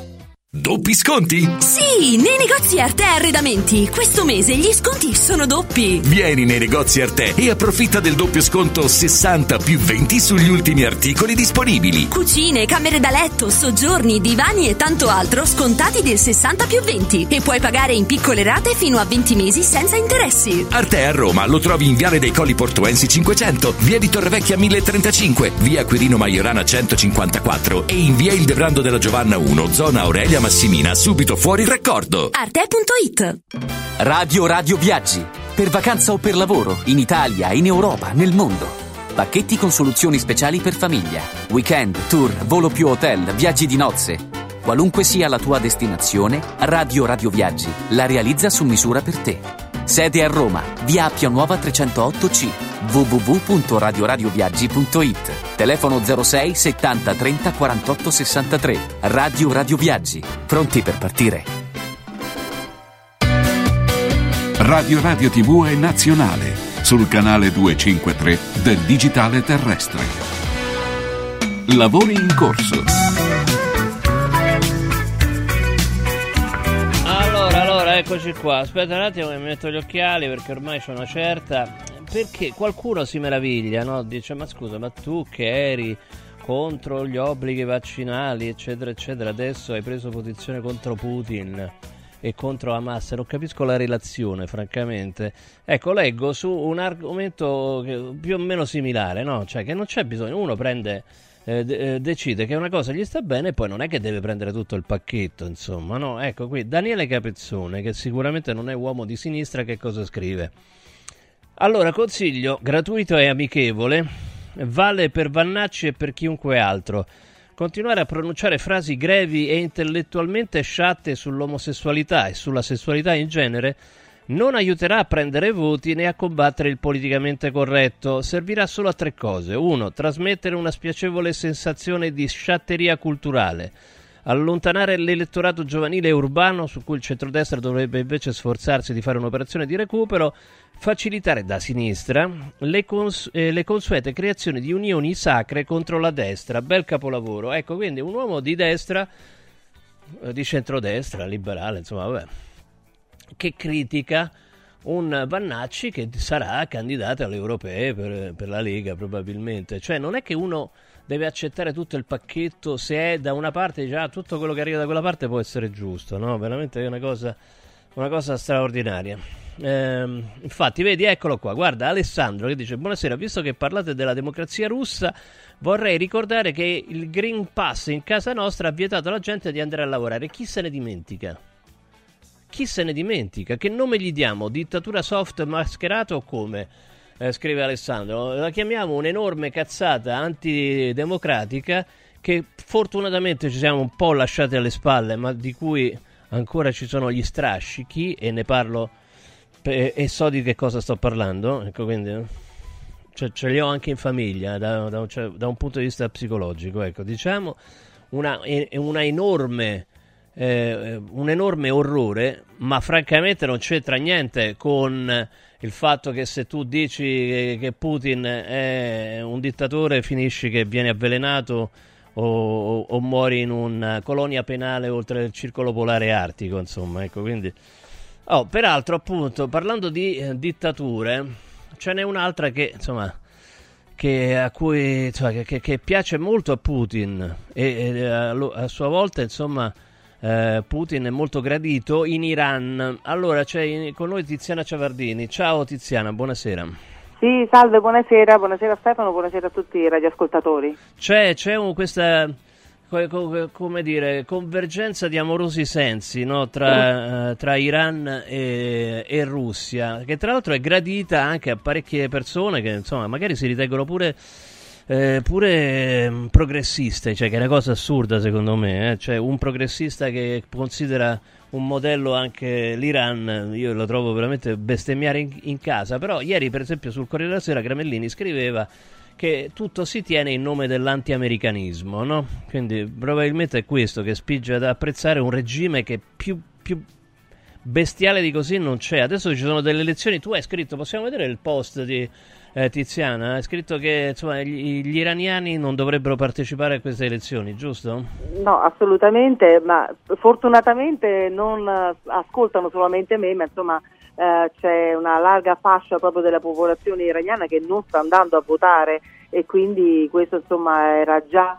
Doppi sconti? Sì, nei negozi Arte Arredamenti. Questo mese gli sconti sono doppi. Vieni nei negozi Arte e approfitta del doppio sconto sessanta più venti sugli ultimi articoli disponibili. Cucine, camere da letto, soggiorni, divani e tanto altro scontati del sessanta più venti. E puoi pagare in piccole rate fino a venti mesi senza interessi. Arte a Roma lo trovi in Viale dei Colli Portuensi cinquecento, via di Torrevecchia mille trentacinque, via Quirino Maiorana centocinquantaquattro e in via Il Debrando della Giovanna uno, zona Aurelia Massimina, subito fuori il raccordo. Arte punto it. Radio Radio Viaggi. Per vacanza o per lavoro, in Italia, in Europa, nel mondo. Pacchetti con soluzioni speciali per famiglia. Weekend, tour, volo più hotel, viaggi di nozze. Qualunque sia la tua destinazione, Radio Radio Viaggi la realizza su misura per te. Sede a Roma, via Appia Nuova trecentootto C, w w w punto radio radio viaggi punto it. Telefono zero sei settanta trenta quarantotto sessantatré. Radio Radio Viaggi, pronti per partire. Radio Radio tivù è nazionale, sul canale duecentocinquantatré del digitale terrestre. Lavori in corso. Allora, allora, eccoci qua. Aspetta un attimo che mi metto gli occhiali perché ormai c'è una certa... Perché qualcuno si meraviglia, no? Dice, ma scusa, ma tu che eri contro gli obblighi vaccinali, eccetera, eccetera, adesso hai preso posizione contro Putin e contro Hamas. Non capisco la relazione, francamente. Ecco, leggo su un argomento che, più o meno similare, no? Cioè che non c'è bisogno, uno prende... Eh, de- decide che una cosa gli sta bene e poi non è che deve prendere tutto il pacchetto, insomma, no? Ecco qui Daniele Capezzone, che sicuramente non è uomo di sinistra, che cosa scrive? Allora, consiglio gratuito e amichevole, vale per Vannacci e per chiunque altro: continuare a pronunciare frasi grevi e intellettualmente sciatte sull'omosessualità e sulla sessualità in genere non aiuterà a prendere voti né a combattere il politicamente corretto. Servirà solo a tre cose. uno. Trasmettere una spiacevole sensazione di sciatteria culturale. Allontanare l'elettorato giovanile e urbano, su cui il centrodestra dovrebbe invece sforzarsi di fare un'operazione di recupero. Facilitare da sinistra le, cons- eh, le consuete creazioni di unioni sacre contro la destra. Bel capolavoro. Ecco, quindi un uomo di destra, eh, di centrodestra, liberale, insomma, vabbè, che critica un Vannacci che sarà candidato alle europee per, per la Lega probabilmente. Cioè non è che uno deve accettare tutto il pacchetto se è da una parte, già tutto quello che arriva da quella parte può essere giusto, no? Veramente è una cosa, una cosa straordinaria. Ehm, infatti vedi, eccolo qua, guarda Alessandro che dice: buonasera, visto che parlate della democrazia russa, vorrei ricordare che il Green Pass in casa nostra ha vietato alla gente di andare a lavorare. Chi se ne dimentica? Chi se ne dimentica? Che nome gli diamo? Dittatura soft mascherato o come? Eh, scrive Alessandro. La chiamiamo un'enorme cazzata antidemocratica che fortunatamente ci siamo un po' lasciati alle spalle, ma di cui ancora ci sono gli strascichi, e ne parlo pe- e so di che cosa sto parlando. Ecco, quindi cioè, ce li ho anche in famiglia da, da, cioè, da un punto di vista psicologico. Ecco, diciamo una, una enorme Eh, un enorme orrore, ma francamente non c'entra niente con il fatto che se tu dici che, che Putin è un dittatore finisci che vieni avvelenato o, o, o muori in una colonia penale oltre il circolo polare artico, insomma, ecco, quindi oh, peraltro appunto parlando di eh, dittature, ce n'è un'altra che insomma che a cui insomma, che, che piace molto a Putin e, e a, a sua volta insomma Uh, Putin è molto gradito in Iran. Allora c'è in, con noi Tiziana Ciavardini. Ciao Tiziana, buonasera. Sì, salve, buonasera, buonasera Stefano, buonasera a tutti i radioascoltatori. C'è, c'è un, questa come dire convergenza di amorosi sensi, no? tra, uh, tra Iran e, e Russia, che tra l'altro è gradita anche a parecchie persone che insomma magari si ritengono pure Eh, pure eh, progressiste, cioè che è una cosa assurda secondo me, eh? Cioè un progressista che considera un modello anche l'Iran, io lo trovo veramente bestemmiare in, in casa. Però ieri per esempio sul Corriere della Sera Gramellini scriveva che tutto si tiene in nome dell'antiamericanismo, no? Quindi probabilmente è questo che spinge ad apprezzare un regime che più, più bestiale di così non c'è. Adesso ci sono delle elezioni, tu hai scritto, possiamo vedere il post di eh, Tiziana, hai scritto che insomma gli, gli iraniani non dovrebbero partecipare a queste elezioni, giusto? No, assolutamente, ma fortunatamente non eh, ascoltano solamente me, ma insomma eh, c'è una larga fascia proprio della popolazione iraniana che non sta andando a votare, e quindi questo insomma era già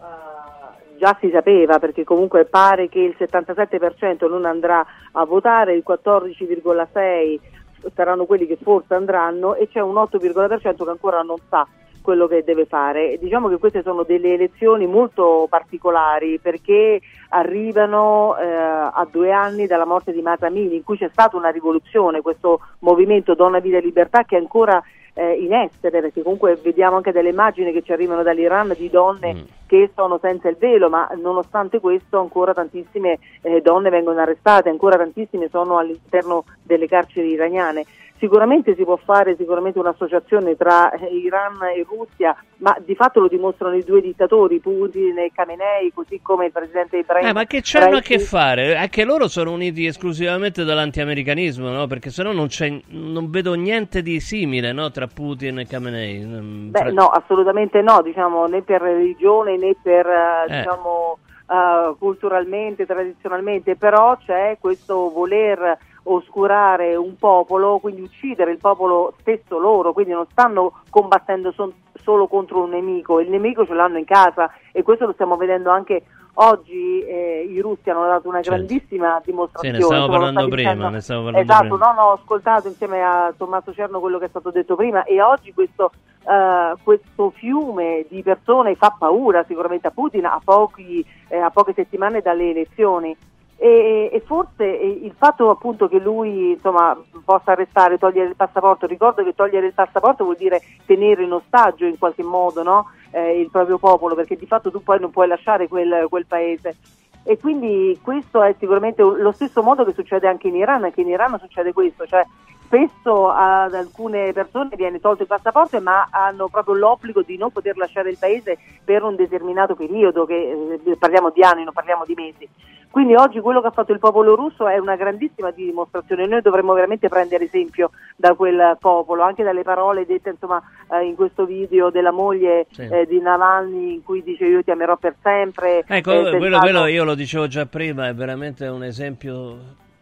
uh, già si sapeva, perché comunque pare che il settantasette per cento non andrà a votare, il quattordici virgola sei per cento saranno quelli che forse andranno, e c'è un otto virgola uno per cento che ancora non sa quello che deve fare. E diciamo che queste sono delle elezioni molto particolari, perché arrivano eh, a due anni dalla morte di Mahsa Amini, in cui c'è stata una rivoluzione, questo movimento Donna, Vita e Libertà, che è ancora eh, in essere, perché comunque vediamo anche delle immagini che ci arrivano dall'Iran di donne mm. che sono senza il velo, ma nonostante questo ancora tantissime eh, donne vengono arrestate, ancora tantissime sono all'interno delle carceri iraniane. Sicuramente si può fare sicuramente un'associazione tra Iran e Russia, ma di fatto lo dimostrano i due dittatori, Putin e Khamenei, così come il presidente Ibrahim. Eh, ma che c'hanno a che fare? Anche loro sono uniti esclusivamente dall'antiamericanismo, no? Perché sennò non c'è, non vedo niente di simile, no? Tra Putin e Khamenei. Beh, Fra... no, assolutamente no, diciamo, né per religione né per eh. diciamo uh, culturalmente, tradizionalmente, però c'è questo voler oscurare un popolo, quindi uccidere il popolo stesso loro, quindi non stanno combattendo son, solo contro un nemico, il nemico ce l'hanno in casa, e questo lo stiamo vedendo anche oggi. Eh, i russi hanno dato una certo. grandissima dimostrazione. Sì, ne stavo parlando prima, dicendo, ne stavo parlando esatto, prima. No, no, ho ascoltato insieme a Tommaso Cerno quello che è stato detto prima, e oggi questo Uh, questo fiume di persone fa paura sicuramente a Putin a, pochi, eh, a poche settimane dalle elezioni, e, e forse il fatto appunto che lui insomma possa arrestare, togliere il passaporto, ricordo che togliere il passaporto vuol dire tenere in ostaggio in qualche modo, no? eh, il proprio popolo, perché di fatto tu poi non puoi lasciare quel, quel paese. E quindi questo è sicuramente lo stesso modo che succede anche in Iran, anche in Iran succede questo, cioè spesso ad alcune persone viene tolto il passaporto, ma hanno proprio l'obbligo di non poter lasciare il paese per un determinato periodo, che eh, parliamo di anni, non parliamo di mesi. Quindi oggi quello che ha fatto il popolo russo è una grandissima dimostrazione, noi dovremmo veramente prendere esempio da quel popolo, anche dalle parole dette insomma eh, in questo video della moglie sì. eh, di Navalny, in cui dice io ti amerò per sempre. Ecco, eh, quello, quello io lo dicevo già prima, è veramente un esempio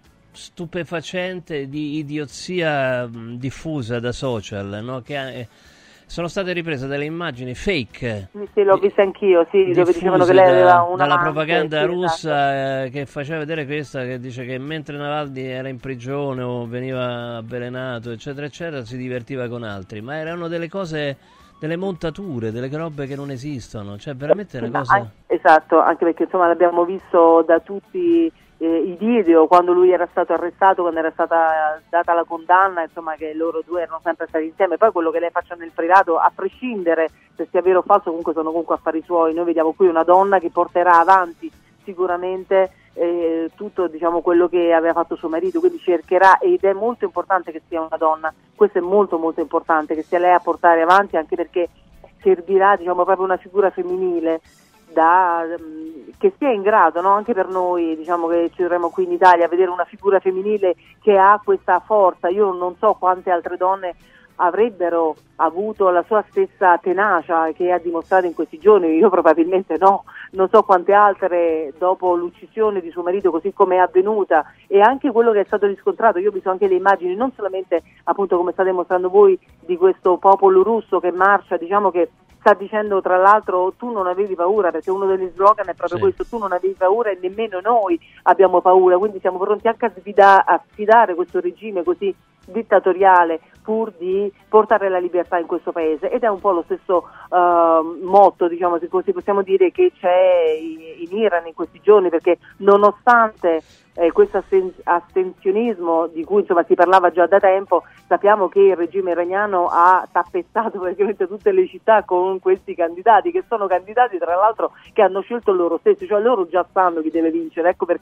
stupefacente di idiozia mh, diffusa da social, no? Che ha, sono state riprese delle immagini fake. Sì, sì, l'ho vista anch'io, sì, dove dicevano che lei aveva una dalla amante, propaganda sì, russa esatto. eh, che faceva vedere questa, che dice che mentre Navalny era in prigione o veniva avvelenato, eccetera, eccetera, si divertiva con altri, ma erano delle cose, delle montature, delle robe che non esistono, cioè veramente una cosa... An- esatto, anche perché insomma l'abbiamo visto da tutti eh, i video, quando lui era stato arrestato, quando era stata data la condanna, insomma che loro due erano sempre stati insieme. Poi quello che lei faccia nel privato, a prescindere se sia vero o falso, comunque sono comunque affari suoi. Noi vediamo qui una donna che porterà avanti sicuramente eh, tutto, diciamo, quello che aveva fatto suo marito, quindi cercherà, ed è molto importante che sia una donna, questo è molto molto importante, che sia lei a portare avanti, anche perché servirà, diciamo, proprio una figura femminile da, che sia in grado, no? Anche per noi, diciamo, che ci troviamo qui in Italia, a vedere una figura femminile che ha questa forza. Io non so quante altre donne avrebbero avuto la sua stessa tenacia che ha dimostrato in questi giorni, io probabilmente no, non so quante altre dopo l'uccisione di suo marito così come è avvenuta, e anche quello che è stato riscontrato. Io ho visto anche le immagini, non solamente appunto come state mostrando voi, di questo popolo russo che marcia, diciamo che sta dicendo tra l'altro tu non avevi paura, perché uno degli slogan è proprio sì. questo, tu non avevi paura e nemmeno noi abbiamo paura, quindi siamo pronti anche a, sfida- a sfidare questo regime così dittatoriale pur di portare la libertà in questo paese. Ed è un po' lo stesso uh, motto, diciamo, se così possiamo dire, che c'è in Iran in questi giorni, perché nonostante eh, questo asten- astensionismo di cui insomma si parlava già da tempo, sappiamo che il regime iraniano ha tappezzato praticamente tutte le città con questi candidati, che sono candidati tra l'altro che hanno scelto loro stessi, cioè loro già sanno chi deve vincere. Ecco perché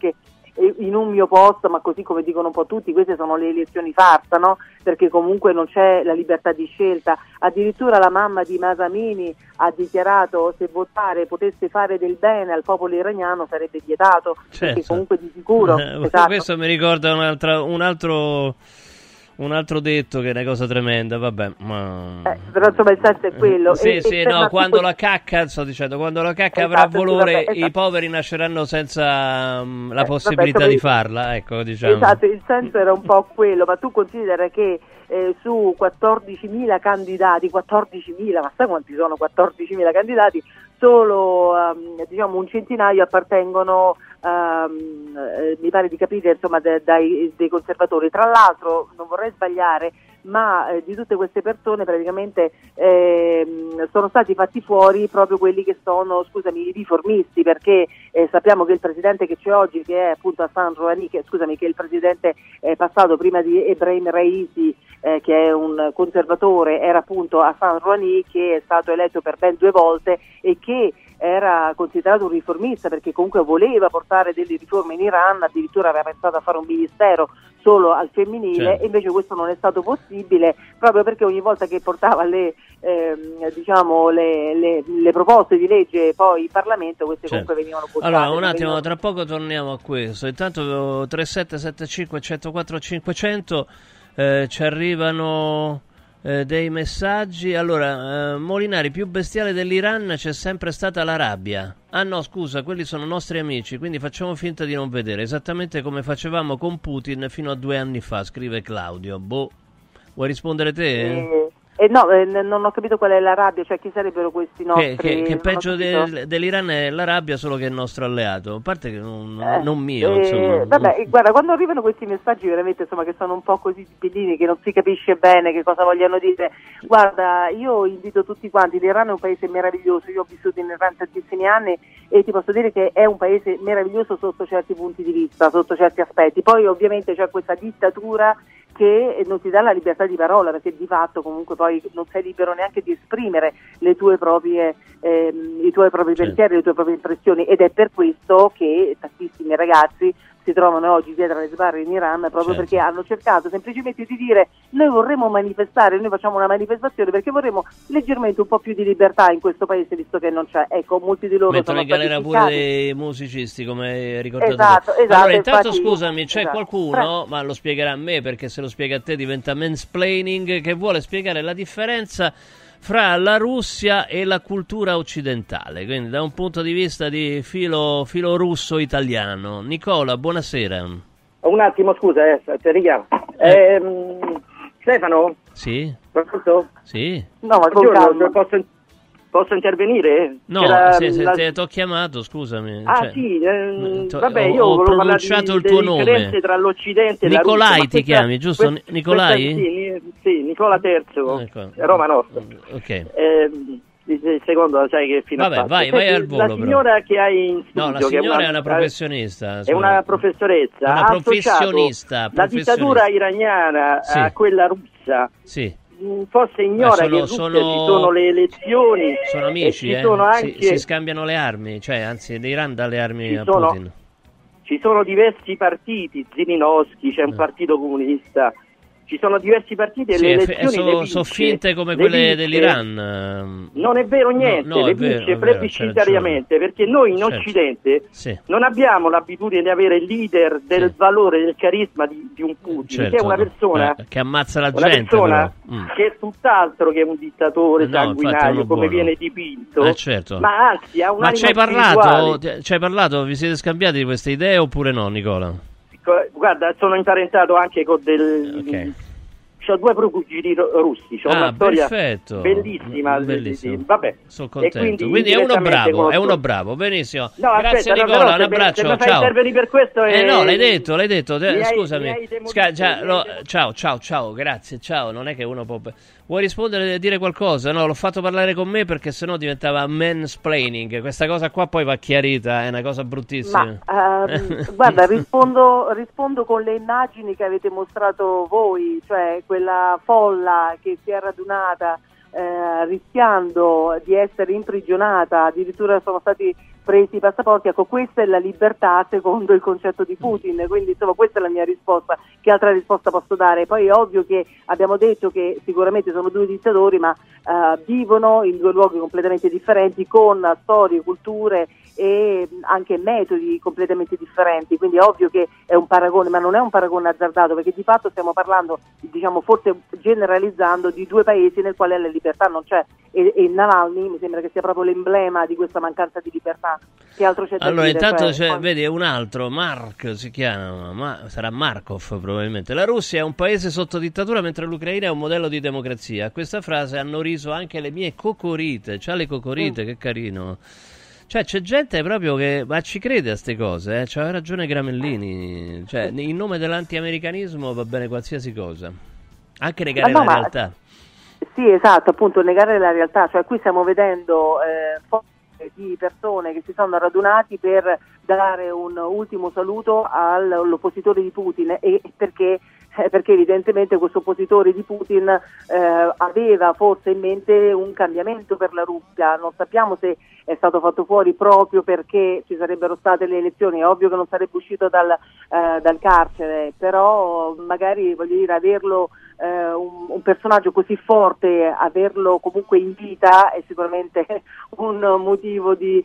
in un mio posto, ma così come dicono un po' tutti, queste sono le elezioni farsa, no? Perché comunque non c'è la libertà di scelta. Addirittura la mamma di Masamini ha dichiarato se votare potesse fare del bene al popolo iraniano sarebbe vietato, certo. Perché comunque di sicuro. Eh, esatto. Questo mi ricorda un'altra, un altro... Un altro detto che è una cosa tremenda, vabbè, ma... Eh, però insomma il senso è quello. Sì, e, sì, e no, quando poi... la cacca, sto dicendo, quando la cacca esatto, avrà valore, sì, vabbè, esatto. i poveri nasceranno senza um, la eh, possibilità vabbè, di farla, ecco, diciamo. Esatto, il senso era un po' quello, ma tu considera che eh, su quattordicimila candidati, quattordicimila, ma sai quanti sono quattordicimila candidati? Solo um, diciamo un centinaio appartengono, um, eh, mi pare di capire, insomma, de, dai, dei conservatori. Tra l'altro, non vorrei sbagliare, ma eh, di tutte queste persone praticamente eh, sono stati fatti fuori proprio quelli che sono, scusami, i riformisti, perché eh, sappiamo che il presidente che c'è oggi, che è appunto Hassan Rouhani, che, scusami, che è il presidente eh, passato prima di Ebrahim Raisi, eh, che è un conservatore, era appunto Hassan Rouhani, che è stato eletto per ben due volte e che era considerato un riformista perché comunque voleva portare delle riforme in Iran, addirittura aveva pensato a fare un ministero solo al femminile, certo. E invece questo non è stato possibile proprio perché ogni volta che portava le, ehm, diciamo, le, le, le proposte di legge poi in Parlamento, queste certo. comunque venivano bocciate. Allora un attimo, venivano... tra poco torniamo a questo. Intanto tre sette sette cinque uno zero quattro cinquecento eh, ci arrivano eh, dei messaggi. Allora, eh, Molinari, più bestiale dell'Iran c'è sempre stata l'Arabia. Ah no, scusa, quelli sono nostri amici, quindi facciamo finta di non vedere, esattamente come facevamo con Putin fino a due anni fa, scrive Claudio. Boh, vuoi rispondere te? Eh, eh, no, eh, non ho capito qual è l'Arabia, cioè chi sarebbero questi nostri... Che, che, che peggio del, dell'Iran è l'Arabia, solo che è il nostro alleato, a parte che non, eh, non mio, eh, insomma. Vabbè, guarda, quando arrivano questi messaggi veramente, insomma, che sono un po' così bellini, che non si capisce bene che cosa vogliono dire, guarda, io invito tutti quanti, l'Iran è un paese meraviglioso, io ho vissuto in Iran tantissimi anni e ti posso dire che è un paese meraviglioso sotto certi punti di vista, sotto certi aspetti. Poi ovviamente c'è questa dittatura che non ti dà la libertà di parola, perché di fatto comunque poi non sei libero neanche di esprimere le tue proprie, ehm, i tuoi propri certo. pensieri, le tue proprie impressioni, ed è per questo che tantissimi ragazzi si trovano oggi dietro le sbarre in Iran proprio certo. perché hanno cercato semplicemente di dire noi vorremmo manifestare, noi facciamo una manifestazione perché vorremmo leggermente un po' più di libertà in questo paese, visto che non c'è. Ecco, molti di loro mettono sono in galera stati pure ficcati. dei musicisti, come hai ricordato esatto, te. esatto, allora intanto infatti, scusami, c'è esatto. qualcuno, ma lo spiegherà a me perché se lo spiega a te diventa mansplaining, che vuole spiegare la differenza fra la Russia e la cultura occidentale, quindi da un punto di vista di filo, filo russo italiano. Nicola, buonasera. Un attimo, scusa, eh, ti richiamo. Eh. Ehm, Stefano? Sì. Pronto? Sì. No, ma buongiorno, posso, posso intervenire? No, la, se, se la... te ti ho chiamato, scusami. Ah cioè, sì, ehm, to, vabbè, ho, io ho volevo parlare pronunciato di, il tuo nome. differenze tra l'Occidente e Nicolai la Russia. ti questa, chiami, giusto? Questa, Nicolai? Questa, sì, sì, Nicola terzo, ecco. Roma Nostra. Ok. Eh, il secondo sai che fino Vabbè, a vai, vai al volo. La signora però. che hai in studio, no, la signora che è una, è una professionista. È una professoressa. Una ha professionista. La dittatura iraniana sì. a quella russa. Sì. Forse ignora sono, che in Russia sono, ci sono le elezioni. Sono amici, ci eh? sono anche, si, si scambiano le armi, cioè anzi l'Iran dà le armi ci a sono, Putin. Ci sono diversi partiti, Zirinovsky, c'è un partito comunista. Ci sono diversi partiti e sì, le elezioni so, le vince, sono finte come le quelle vince. dell'Iran. Non è vero niente, no, no, le è vero, vince è vero, plebiscitariamente, perché noi in certo. Occidente sì. non abbiamo l'abitudine di avere il leader del sì. valore, del carisma di, di un Putin, certo, che è una persona, eh, che ammazza la una gente, persona mm. che è tutt'altro che un dittatore no, sanguinario, come buono. viene dipinto, eh, certo. ma anzi ha un'anima Ma ci hai spirituale. parlato, ci hai parlato, vi siete scambiati di queste idee oppure no, Nicola? Guarda, sono imparentato anche con del... Ok. C'ho due cugini russi, c'ho ah, una storia perfetto. bellissima, bellissimo. Sì, vabbè. Sono contento. E quindi, quindi è uno bravo, conosco... è uno bravo, benissimo. No, grazie aspetta, Nicola, no, un abbraccio, se mi fai ciao. intervenire per questo Eh è... no, l'hai detto, l'hai detto, hai, scusami. Sca- già, lo... hai... Ciao, ciao, ciao, grazie, ciao, non è che uno può... Vuoi rispondere e dire qualcosa? No, l'ho fatto parlare con me perché sennò diventava mansplaining. Questa cosa qua poi va chiarita, è una cosa bruttissima. Ma ehm, guarda, rispondo, rispondo con le immagini che avete mostrato voi, cioè quella folla che si è radunata eh, rischiando di essere imprigionata, addirittura sono stati presi i passaporti. Ecco, questa è la libertà secondo il concetto di Putin, quindi insomma questa è la mia risposta. Che altra risposta posso dare? Poi è ovvio che abbiamo detto che sicuramente sono due dittatori, ma uh, vivono in due luoghi completamente differenti, con storie, culture e anche metodi completamente differenti, quindi è ovvio che è un paragone, ma non è un paragone azzardato, perché di fatto stiamo parlando, diciamo forse generalizzando, di due paesi nel quale la libertà non c'è, e, e Navalny mi sembra che sia proprio l'emblema di questa mancanza di libertà. Che altro c'è da allora dire? intanto Cioè, c'è, vedi, un altro, Mark si chiama, ma sarà Markov probabilmente. La Russia è un paese sotto dittatura mentre l'Ucraina è un modello di democrazia. A questa frase hanno riso anche le mie cocorite. C'ha le cocorite, mm. che carino. Cioè c'è gente proprio che ma ci crede a ste cose, eh? C'aveva ragione Gramellini, cioè in nome dell'anti-americanismo va bene qualsiasi cosa, anche negare no, la ma, realtà. Sì, esatto, appunto, negare la realtà, cioè qui stiamo vedendo eh, foto di persone che si sono radunati per dare un ultimo saluto all'oppositore di Putin, e perché perché evidentemente questo oppositore di Putin eh, aveva forse in mente un cambiamento per la Russia. Non sappiamo se è stato fatto fuori proprio perché ci sarebbero state le elezioni, è ovvio che non sarebbe uscito dal, eh, dal carcere, però magari, voglio dire, averlo eh, un, un personaggio così forte, averlo comunque in vita è sicuramente un motivo di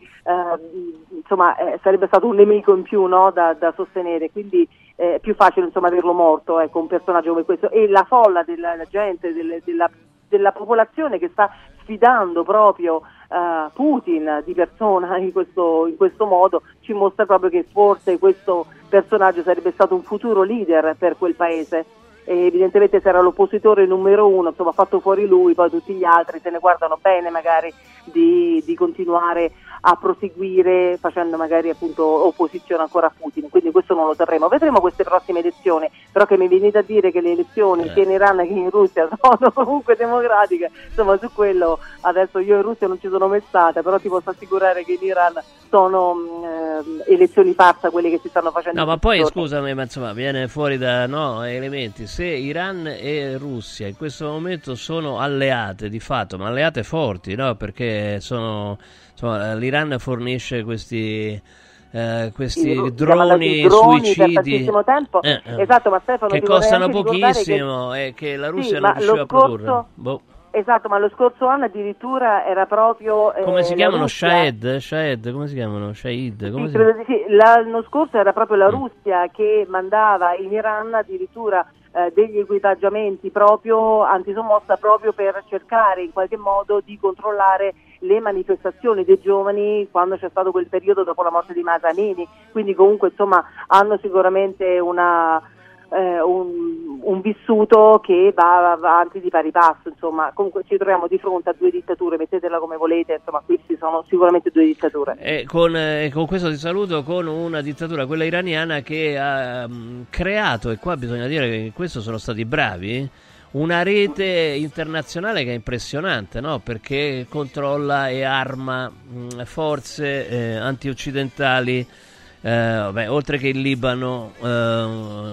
eh, insomma eh, sarebbe stato un nemico in più, no, da, da sostenere, quindi è più facile insomma averlo morto, ecco, un personaggio come questo. E la folla della la gente, delle, della, della popolazione che sta sfidando proprio uh, Putin di persona in questo, in questo modo, ci mostra proprio che forse questo personaggio sarebbe stato un futuro leader per quel paese. E evidentemente se era l'oppositore numero uno, insomma, fatto fuori lui, poi tutti gli altri se ne guardano bene magari di, di continuare a proseguire facendo magari appunto opposizione ancora a Putin, quindi questo non lo sapremo. Vedremo queste prossime elezioni, però che mi venite a dire che le elezioni eh. sia in Iran che in Russia sono comunque democratiche, insomma su quello adesso io in Russia non ci sono mai stata, però ti posso assicurare che in Iran sono eh, elezioni farsa quelle che si stanno facendo. No, ma poi giorni. scusami, ma insomma viene fuori da no elementi. Se Iran e Russia in questo momento sono alleate di fatto, ma alleate forti, no? Perché sono insomma, l'Iran fornisce questi eh, questi I, droni, droni suicidi per tantissimo tempo. Eh, eh. Esatto, ma Stefano, che costano pochissimo che... e che la Russia sì, non riusciva a scorso... produrre. Boh. Esatto, ma lo scorso anno addirittura era proprio eh, come si chiamano? Russia... Shahed? Shahed? Come si chiamano? Shahid? Come sì, si... credo di sì. L'anno scorso era proprio la Russia che mandava in Iran addirittura eh, degli equipaggiamenti proprio antisommossa, proprio per cercare in qualche modo di controllare le manifestazioni dei giovani quando c'è stato quel periodo dopo la morte di Mahsa Amini. Quindi comunque insomma hanno sicuramente una eh, un, un vissuto che va avanti di pari passo, insomma comunque ci troviamo di fronte a due dittature, mettetela come volete, insomma questi sono sicuramente due dittature. E con, eh, con questo ti saluto, con una dittatura, quella iraniana, che ha um, creato, e qua bisogna dire che in questo sono stati bravi, una rete internazionale che è impressionante, no? Perché controlla e arma mh, forze eh, antioccidentali, eh, vabbè, oltre che il Libano, eh,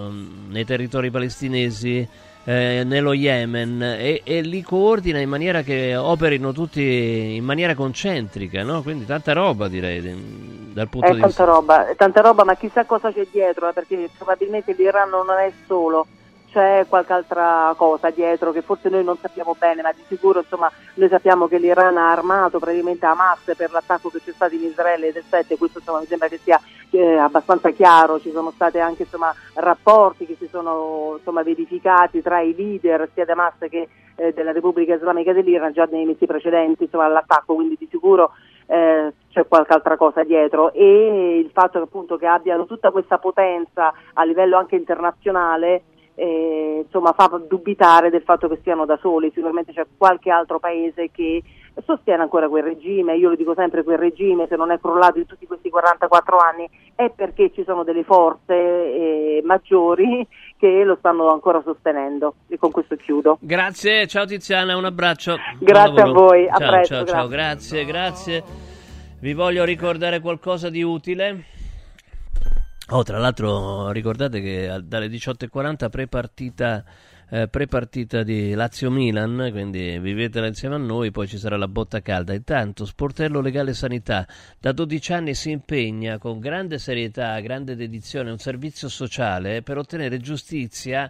nei territori palestinesi, eh, nello Yemen, e, e li coordina in maniera che operino tutti in maniera concentrica, no? Quindi tanta roba, direi, dal punto è di tanta vista. roba, è tanta roba, ma chissà cosa c'è dietro, eh, perché probabilmente l'Iran non è solo. C'è qualche altra cosa dietro che forse noi non sappiamo bene, ma di sicuro insomma noi sappiamo che l'Iran ha armato praticamente Hamas per l'attacco che c'è stato in Israele del sette, questo insomma mi sembra che sia eh, abbastanza chiaro. Ci sono stati anche insomma rapporti che si sono insomma verificati tra i leader sia di Hamas che eh, della Repubblica Islamica dell'Iran già nei mesi precedenti insomma all'attacco, quindi di sicuro eh, c'è qualche altra cosa dietro, e il fatto che appunto che abbiano tutta questa potenza a livello anche internazionale Eh, insomma fa dubitare del fatto che stiano da soli. Sicuramente c'è qualche altro paese che sostiene ancora quel regime. Io lo dico sempre, quel regime se non è crollato in tutti questi quarantaquattro anni è perché ci sono delle forze eh, maggiori che lo stanno ancora sostenendo. E con questo chiudo. Grazie, ciao Tiziana, un abbraccio. Grazie a voi, a ciao, presto, ciao, grazie. ciao, grazie, grazie. Vi voglio ricordare qualcosa di utile. Oh, tra l'altro ricordate che dalle diciotto e quaranta pre-partita eh, pre-partita di Lazio-Milan, quindi vivetela insieme a noi, poi ci sarà la botta calda. Intanto Sportello Legale Sanità da dodici anni si impegna con grande serietà, grande dedizione, un servizio sociale per ottenere giustizia,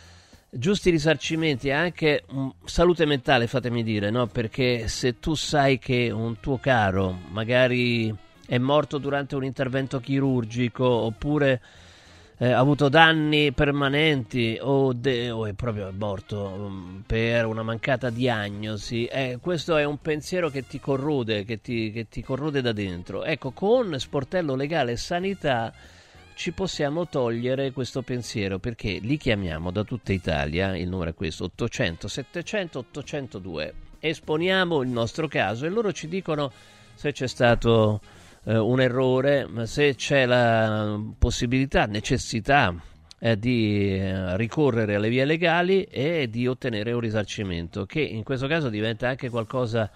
giusti risarcimenti e anche um, salute mentale, fatemi dire, no? Perché se tu sai che un tuo caro magari è morto durante un intervento chirurgico, oppure Eh, ha avuto danni permanenti o, de- o è proprio morto um, per una mancata diagnosi, eh, questo è un pensiero che ti corrode, che ti, che ti corrode da dentro. Ecco, con Sportello Legale Sanità ci possiamo togliere questo pensiero, perché li chiamiamo da tutta Italia, il numero è questo, ottocento settecento ottocentodue, esponiamo il nostro caso e loro ci dicono se c'è stato un errore, se c'è la possibilità, necessità eh, di eh, ricorrere alle vie legali e di ottenere un risarcimento, che in questo caso diventa anche qualcosa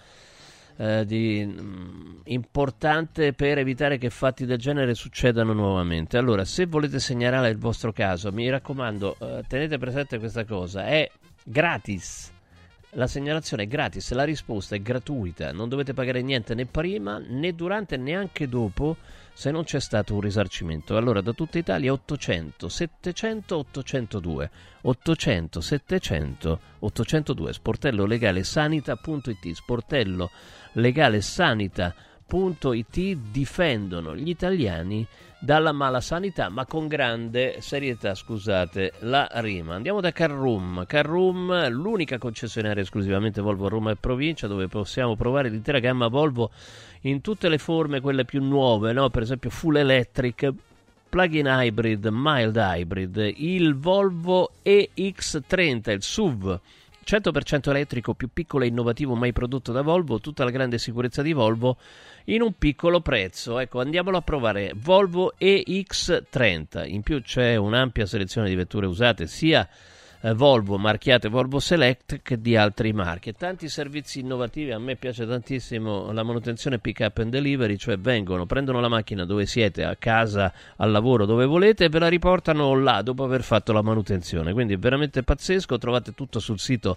eh, di mh, importante per evitare che fatti del genere succedano nuovamente. Allora, se volete segnalare il vostro caso, mi raccomando, eh, tenete presente questa cosa, è gratis. La segnalazione è gratis, la risposta è gratuita, non dovete pagare niente né prima né durante né anche dopo se non c'è stato un risarcimento. Allora, da tutta Italia ottocento settecento ottocentodue, ottocento settecento ottocentodue, sportello legale sanita punto it, sportello legale sanita punto it, difendono gli italiani dalla mala sanità, ma con grande serietà, scusate la rima. Andiamo da Carrum. Carrum, l'unica concessionaria esclusivamente Volvo a Roma e provincia, dove possiamo provare l'intera gamma Volvo in tutte le forme, quelle più nuove, no? Per esempio full electric, plug-in hybrid, mild hybrid, il Volvo E X trenta, il S U V cento per cento elettrico, più piccolo e innovativo mai prodotto da Volvo, tutta la grande sicurezza di Volvo in un piccolo prezzo. Ecco, andiamolo a provare, Volvo E X trenta. In più c'è un'ampia selezione di vetture usate, sia eh, Volvo marchiate Volvo Select che di altri marchi. Tanti servizi innovativi, a me piace tantissimo la manutenzione pick up and delivery, cioè vengono, prendono la macchina dove siete, a casa, al lavoro, dove volete, e ve la riportano là dopo aver fatto la manutenzione. Quindi è veramente pazzesco, trovate tutto sul sito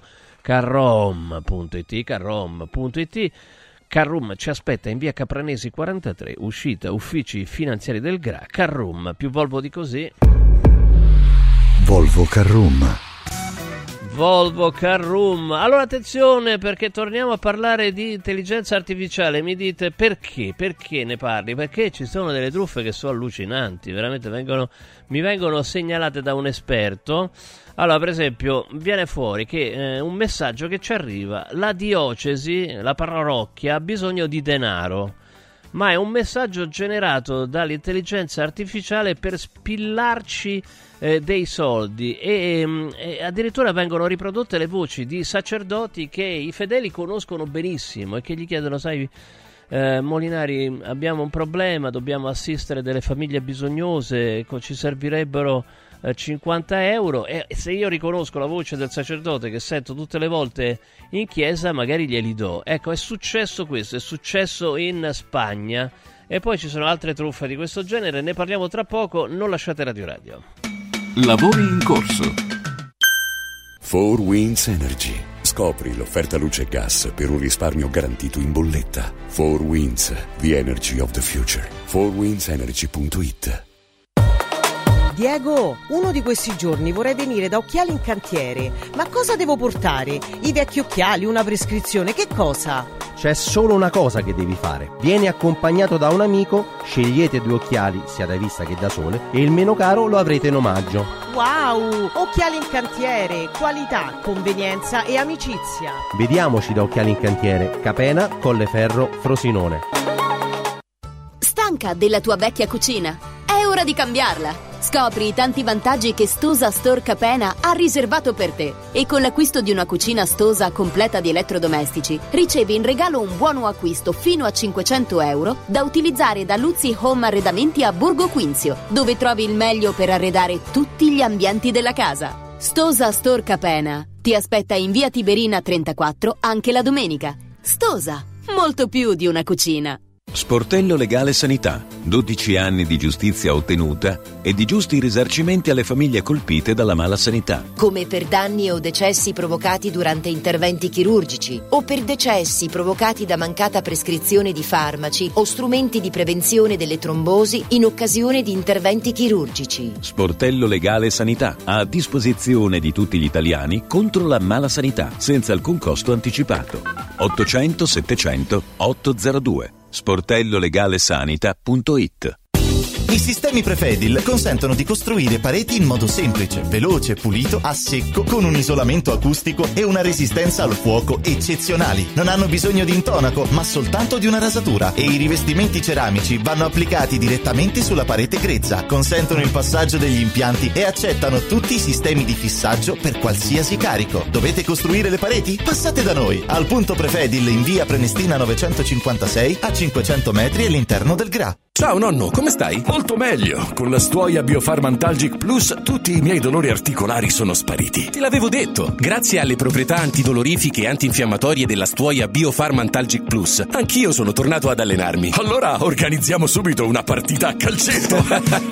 carrom punto it, carrom punto it. Carrum ci aspetta in via Capranesi quarantatré, uscita Uffici Finanziari del Gra. Carrum, più Volvo di così. Volvo Carrum. Volvo Carrum. Allora attenzione, perché torniamo a parlare di intelligenza artificiale. Mi dite perché? Perché ne parli? Perché ci sono delle truffe che sono allucinanti, veramente vengono, mi vengono segnalate da un esperto. Allora, per esempio, viene fuori che eh, un messaggio che ci arriva: la diocesi, la parrocchia ha bisogno di denaro, ma è un messaggio generato dall'intelligenza artificiale per spillarci eh, dei soldi e, e addirittura vengono riprodotte le voci di sacerdoti che i fedeli conoscono benissimo e che gli chiedono: sai, eh, Molinari, abbiamo un problema, dobbiamo assistere delle famiglie bisognose, ecco, ci servirebbero cinquanta euro, e se io riconosco la voce del sacerdote che sento tutte le volte in chiesa, magari glieli do. Ecco, è successo questo, è successo in Spagna, e poi ci sono altre truffe di questo genere, ne parliamo tra poco, non lasciate Radio Radio. Lavori in corso. four Winds Energy. Scopri l'offerta luce e gas per un risparmio garantito in bolletta. four Winds, the energy of the future. four winds energy punto it. Diego, uno di questi giorni vorrei venire da Occhiali in Cantiere. Ma cosa devo portare? I vecchi occhiali, una prescrizione, che cosa? C'è solo una cosa che devi fare. Vieni accompagnato da un amico, scegliete due occhiali, sia da vista che da sole, e il meno caro lo avrete in omaggio. Wow! Occhiali in Cantiere, qualità, convenienza e amicizia. Vediamoci da Occhiali in Cantiere, Capena, Colleferro, Frosinone. Stanca della tua vecchia cucina? È ora di cambiarla! Scopri i tanti vantaggi che Stosa Store Capena ha riservato per te, e con l'acquisto di una cucina Stosa completa di elettrodomestici ricevi in regalo un buono acquisto fino a cinquecento euro da utilizzare da Luzzi Home Arredamenti a Borgo Quinzio, dove trovi il meglio per arredare tutti gli ambienti della casa. Stosa Store Capena ti aspetta in via Tiberina trentaquattro anche la domenica. Stosa, molto più di una cucina. Sportello Legale Sanità, dodici anni di giustizia ottenuta e di giusti risarcimenti alle famiglie colpite dalla mala sanità. Come per danni o decessi provocati durante interventi chirurgici o per decessi provocati da mancata prescrizione di farmaci o strumenti di prevenzione delle trombosi in occasione di interventi chirurgici. Sportello Legale Sanità, a disposizione di tutti gli italiani contro la mala sanità, senza alcun costo anticipato. ottocento settecento ottocentodue sportello legale sanita punto it. I sistemi Prefedil consentono di costruire pareti in modo semplice, veloce, pulito, a secco, con un isolamento acustico e una resistenza al fuoco eccezionali. Non hanno bisogno di intonaco, ma soltanto di una rasatura, e i rivestimenti ceramici vanno applicati direttamente sulla parete grezza, consentono il passaggio degli impianti e accettano tutti i sistemi di fissaggio per qualsiasi carico. Dovete costruire le pareti? Passate da noi, al punto Prefedil in via Prenestina novecentocinquantasei, a cinquecento metri all'interno del G R A. Ciao nonno, come stai? Molto meglio. Con la Stuoia Biofarmantalgic Plus tutti i miei dolori articolari sono spariti. Te l'avevo detto. Grazie alle proprietà antidolorifiche e antinfiammatorie della Stuoia Biofarmantalgic Plus, anch'io sono tornato ad allenarmi. Allora organizziamo subito una partita a calcetto.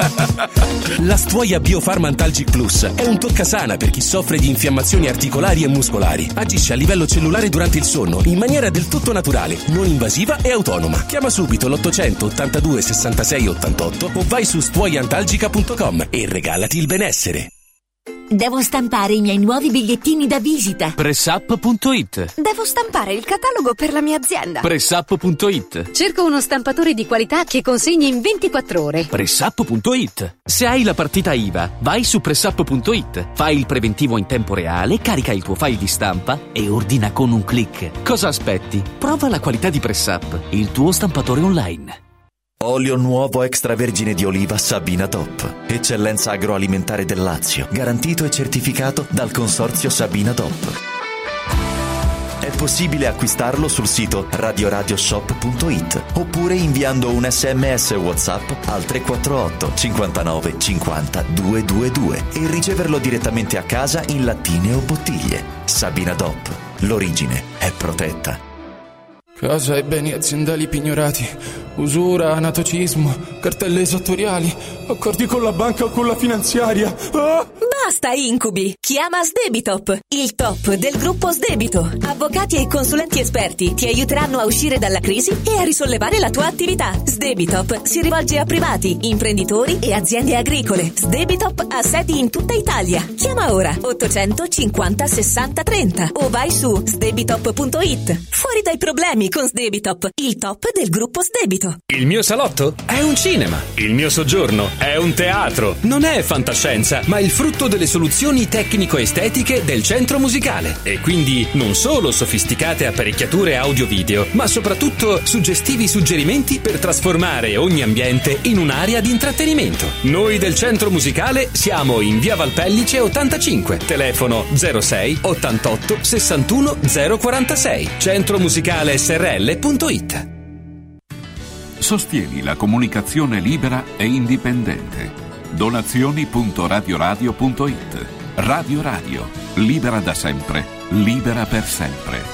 La Stuoia Biofarmantalgic Plus è un toccasana per chi soffre di infiammazioni articolari e muscolari. Agisce a livello cellulare durante il sonno in maniera del tutto naturale, non invasiva e autonoma. Chiama subito l'ottocento ottantadue sessantasei ottantotto o vai su stuoiantalgica punto com e regalati il benessere. Devo stampare i miei nuovi bigliettini da visita. pressup punto it. Devo stampare il catalogo per la mia azienda. pressup punto it. Cerco uno stampatore di qualità che consegni in ventiquattro ore. pressup punto it. Se hai la partita I V A, vai su pressup punto it, fai il preventivo in tempo reale, carica il tuo file di stampa e ordina con un click. Cosa aspetti? Prova la qualità di Pressup, il tuo stampatore online. Olio nuovo extravergine di oliva Sabina Top. Eccellenza agroalimentare del Lazio. Garantito e certificato dal consorzio Sabina Top. È possibile acquistarlo sul sito radioradioshop punto it oppure inviando un sms WhatsApp al tre quattro otto cinquantanove cinquanta duecentoventidue e riceverlo direttamente a casa in lattine o bottiglie. Sabina Top. L'origine è protetta. Casa e beni aziendali pignorati, usura, anatocismo, cartelle esattoriali, accordi con la banca o con la finanziaria. Ah! Basta incubi! Chiama Sdebitop, il top del gruppo Sdebito. Avvocati e consulenti esperti ti aiuteranno a uscire dalla crisi e a risollevare la tua attività. Sdebitop si rivolge a privati, imprenditori e aziende agricole. Sdebitop ha sedi in tutta Italia. Chiama ora ottocento cinquanta sessanta trenta o vai su sdebitop punto it. Fuori dai problemi con Sdebitop, il top del gruppo Sdebito. Il mio salotto è un cinema. Il mio soggiorno è un teatro. Non è fantascienza, ma il frutto delle soluzioni tecnico-estetiche del Centro Musicale. E quindi non solo sofisticate apparecchiature audio-video, ma soprattutto suggestivi suggerimenti per trasformare ogni ambiente in un'area di intrattenimento. Noi del Centro Musicale siamo in via Valpellice ottantacinque, telefono zero sei ottantotto sessantuno zero quarantasei, centromusicale S R L punto it. Sostieni la comunicazione libera e indipendente. Donazioni punto radioradio punto it. Radio Radio, libera da sempre, libera per sempre.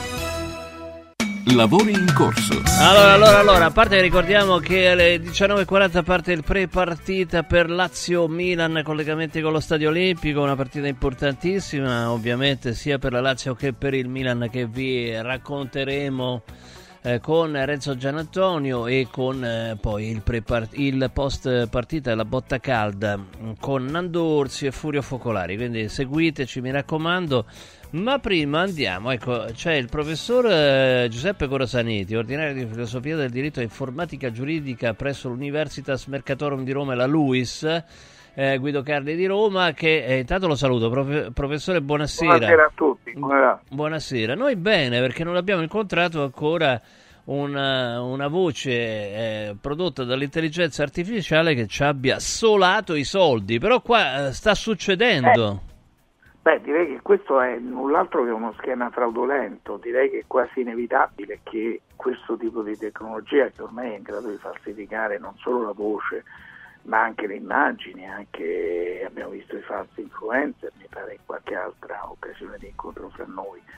Lavori in corso. Allora, allora, allora, a parte che ricordiamo che alle diciannove e quaranta parte il pre-partita per Lazio-Milan, collegamenti con lo Stadio Olimpico, una partita importantissima, ovviamente sia per la Lazio che per il Milan, che vi racconteremo Eh, con Renzo Gianantonio e con eh, poi il, pre-part- il post partita, la botta calda con Nando Orsi e Furio Focolari, quindi seguiteci, mi raccomando. Ma prima andiamo, ecco, c'è il professor eh, Giuseppe Corasaniti, ordinario di filosofia del diritto e informatica giuridica presso l'Universitas Mercatorum di Roma e la LUIS, eh, Guido Carli di Roma, che eh, intanto lo saluto. Prof- professore, buonasera. Buonasera a tutti. Come va? Buonasera. Noi bene, perché non abbiamo incontrato ancora una, una voce eh, prodotta dall'intelligenza artificiale che ci abbia solato i soldi, però qua eh, sta succedendo. Eh. Beh, direi che questo è null'altro che uno schema fraudolento. Direi che è quasi inevitabile che questo tipo di tecnologia, che ormai è in grado di falsificare non solo la voce ma anche le immagini, anche abbiamo visto i falsi influencer, mi pare in qualche altra occasione di incontro fra noi,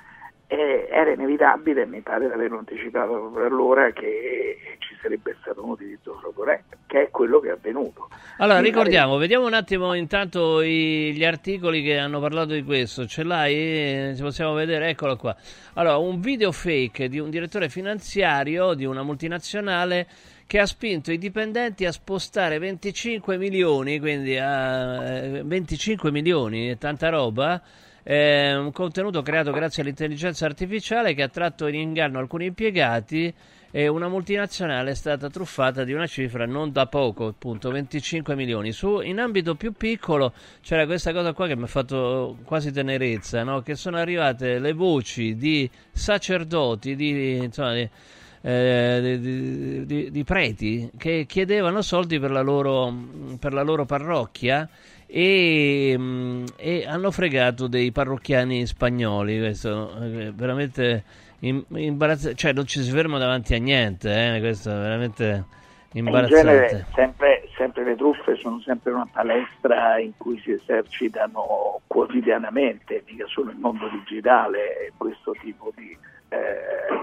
eh, era inevitabile, mi pare di averlo anticipato proprio allora, che ci sarebbe stato un utilizzo fraudolento, che è quello che è avvenuto. Allora, mi ricordiamo, pare... vediamo un attimo intanto i, gli articoli che hanno parlato di questo. Ce l'hai? Se possiamo vedere, eccolo qua. Allora, un video fake di un direttore finanziario di una multinazionale che ha spinto i dipendenti a spostare venticinque milioni, quindi a venticinque milioni, è tanta roba. È un contenuto creato grazie all'intelligenza artificiale che ha tratto in inganno alcuni impiegati, e una multinazionale è stata truffata di una cifra non da poco, appunto venticinque milioni. Su, in ambito più piccolo c'era questa cosa qua che mi ha fatto quasi tenerezza, no? Che sono arrivate le voci di sacerdoti, di, insomma, di, eh, di, di, di preti che chiedevano soldi per la loro, per la loro parrocchia, e, e hanno fregato dei parrocchiani spagnoli. Questo è veramente imbarazzante, cioè non ci si ferma davanti a niente, eh? Questo è veramente imbarazzante. In genere sempre, sempre le truffe sono sempre una palestra in cui si esercitano quotidianamente, mica solo il mondo digitale, questo tipo di eh,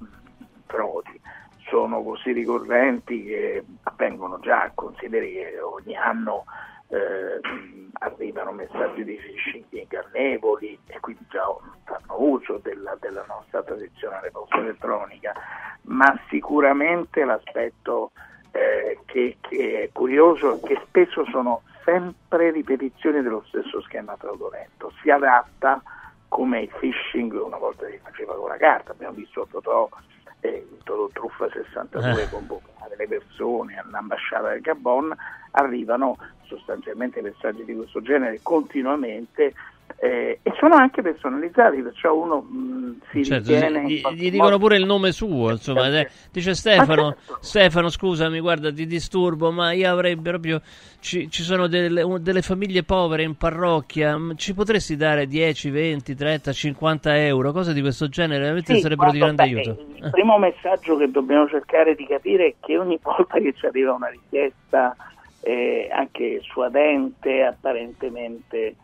frodi sono così ricorrenti che avvengono già. Consideri che ogni anno Eh, arrivano messaggi di phishing ingannevoli, e quindi già fanno uso della, della nostra tradizionale posta elettronica, ma sicuramente l'aspetto eh, che, che è curioso è che spesso sono sempre ripetizioni dello stesso schema fraudolento. Si adatta, come il phishing una volta si faceva con la carta, abbiamo visto a Totò eh, Totò Truffa sessantadue eh. convocare le persone all'ambasciata del Gabon. Arrivano sostanzialmente messaggi di questo genere continuamente, eh, e sono anche personalizzati, perciò uno mh, si certo, ritiene gli, gli dicono modo... pure il nome suo, insomma, eh, dice Stefano, certo. Stefano scusami, guarda, ti disturbo, ma io avrei proprio, ci, ci sono delle, un, delle famiglie povere in parrocchia, ci potresti dare dieci, venti, trenta, cinquanta euro, cose di questo genere, veramente sì, sarebbero di grande beh, aiuto. Il primo messaggio che dobbiamo cercare di capire è che ogni volta che ci arriva una richiesta Eh, anche suadente, apparentemente